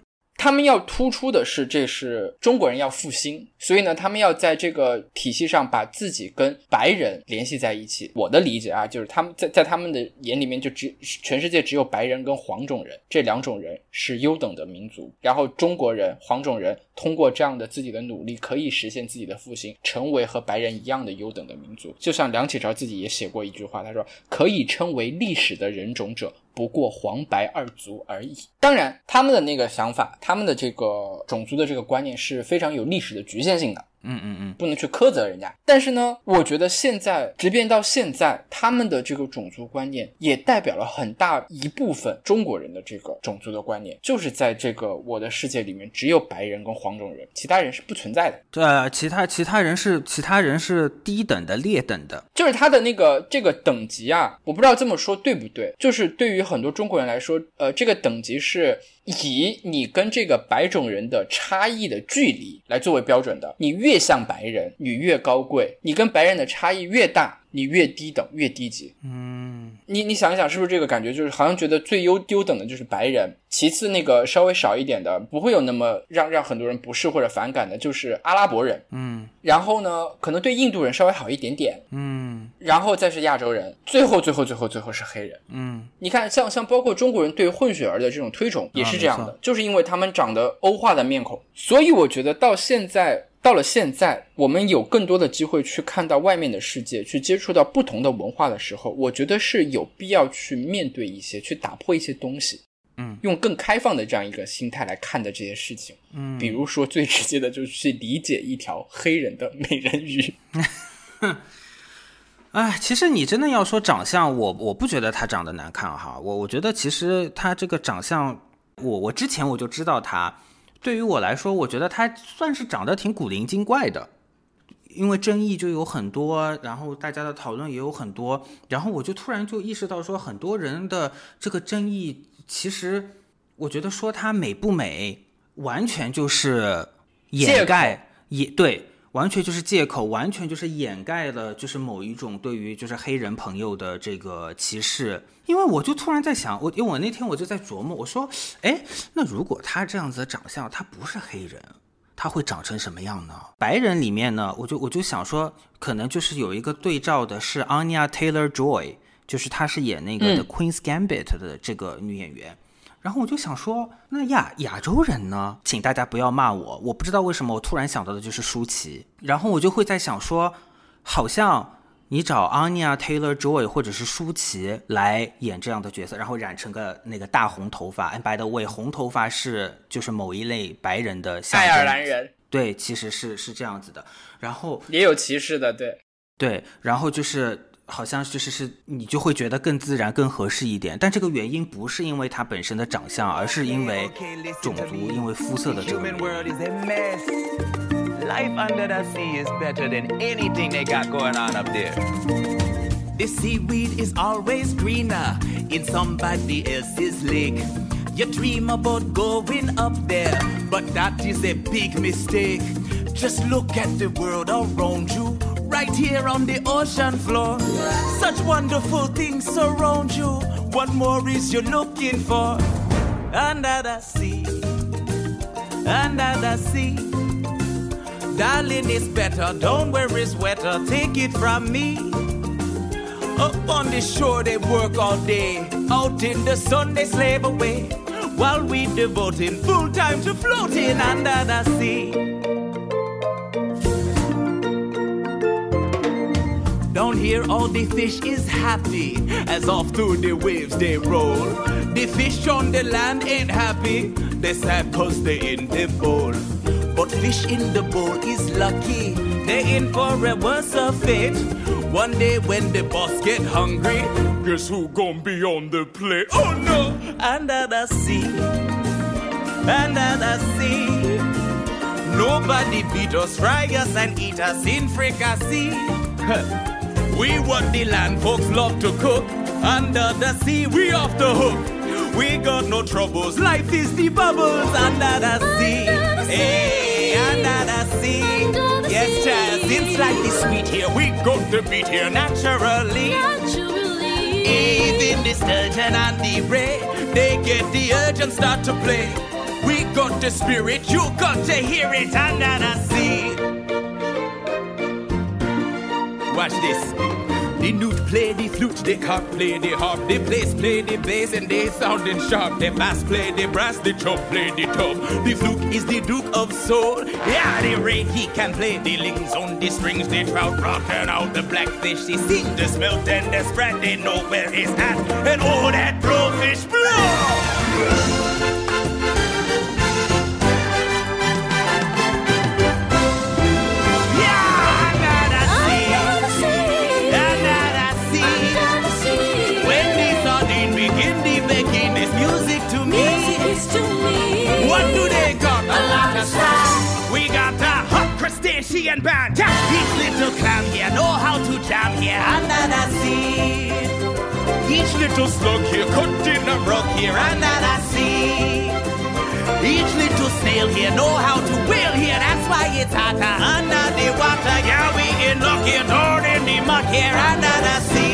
他们要突出的是这是中国人要复兴，所以呢他们要在这个体系上把自己跟白人联系在一起。我的理解啊，就是他们在在他们的眼里面就只全世界只有白人跟黄种人这两种人是优等的民族，然后中国人黄种人通过这样的自己的努力可以实现自己的复兴，成为和白人一样的优等的民族。就像梁启超自己也写过一句话，他说可以称为历史的人种者不过黄白二族而已。当然他们的那个想法，他们的这个种族的这个观念是非常有历史的局限性的， 嗯嗯嗯， 不能去苛责人家。但是呢我觉得现在即便到现在，他们的这个种族观念也代表了很大一部分中国人的这个种族的观念，就是在这个我的世界里面只有白人跟黄种人，其他人是不存在的。 对，其他其他人是其他人是低等的劣等的， 就是他的那个这个等级啊，我不知道这么说对不对，就是对于很多中国人来说，呃，这个等级是以你跟这个白种人的差异的距离来作为标准的。你越像白人，你越高贵；你跟白人的差异越大，你越低等，越低级。 嗯， 你你想一想，是不是这个感觉？就是好像觉得最优优等的就是白人，其次那个稍微少一点的，不会有那么让让很多人不适或者反感的，就是阿拉伯人。 嗯， 然后呢，可能对印度人稍微好一点点。 嗯， 然后再是亚洲人，最后最后最后最后是黑人。 嗯， 你看像像包括中国人对混血儿的这种推崇也是这样的，啊，就是因为他们长得欧化的面孔。所以我觉得到现在到了现在我们有更多的机会去看到外面的世界，去接触到不同的文化的时候，我觉得是有必要去面对一些，去打破一些东西， 嗯，用更开放的这样一个心态来看待这些事情。 嗯， 比如说最直接的就是去理解一条黑人的美人鱼。 哎，其实你真的要说长相，我我不觉得他长得难看哈，我我觉得其实他这个长相，我我之前我就知道他，对于我来说，我觉得他算是长得挺古灵精怪的，因为争议就有很多，然后大家的讨论也有很多，然后我就突然就意识到说，很多人的这个争议，其实我觉得说他美不美，完全就是掩盖，也对。完全就是借口，完全就是掩盖了就是某一种对于就是黑人朋友的这个歧视。因为我就突然在想，我因为我那天我就在琢磨，我说哎，那如果他这样子的长相，他不是黑人，他会长成什么样呢？白人里面呢，我就我就想说，可能就是有一个对照的是 Anya Taylor-Joy， 就是她是演那个 The Queen's Gambit 的这个女演员。嗯，然后我就想说，那亚亚洲人呢？请大家不要骂我，我不知道为什么我突然想到的就是舒淇，然后我就会在想说，好像你找 Anya Taylor-Joy 或者是舒淇来演这样的角色，然后染成个那个大红头发 ，and by the way， 红头发是就是某一类白人的象征， 爱尔兰人， 对，其实是是这样子的，然后也有歧视的，对对，然后就是。好像就是是你就会觉得更自然更合适一点，但这个原因不是因为他本身的长相，而是因为种族，因为肤色的这个原因。 Life under the sea is better than anything they got going on up there. The seaweed is always greener in somebody else's lake. You dream about going up there, but that is a big mistake. Just look at the world around you, right here on the ocean floor. Such wonderful things surround you. What more is you looking for? Under the sea, under the sea. Darling, it's better, don't worry, it's wetter, take it from me. Up on the shore they work all day, out in the sun they slave away, while we devoting full time to floating under the sea. Down here all the fish is happy, as off through the waves they roll. The fish on the land ain't happy, they sad cause they in the bowl. But fish in the bowl is lucky, they in for a worse of fate. One day when the boss get hungry, guess who gon' be on the plate? Oh no! Under the sea, under the sea. Nobody beat us, fry us and eat us in fricassee. We what the land folks love to cook. Under the sea, we off the hook. We got no troubles, life is the bubbles under the sea. Hey, under the sea. Yes, child, it's like the sweet here. We got the beat here naturally. Even the sturgeon and the ray, they get the urge and start to play. We got the spirit, you got to hear it under the sea. Watch this. The newt play the flute, the cock play the harp, the bass play the bass and they sounding sharp. The bass play the brass, the chop play the top. The fluke is the duke of soul. Yeah, the rain he can play the lings on the strings. The trout rocking out the blackfish. They sing the smelt and the spread. They know where he's at. And oh, that blowfish blow. Crustacean band, yeah. Each little clam here know how to jam here under the sea. Each little slug here cutting a rug here under the sea. Each little snail here know how to whale here. That's why it's hotter under the water. Yeah, we in luck here, down in the muck here under the sea.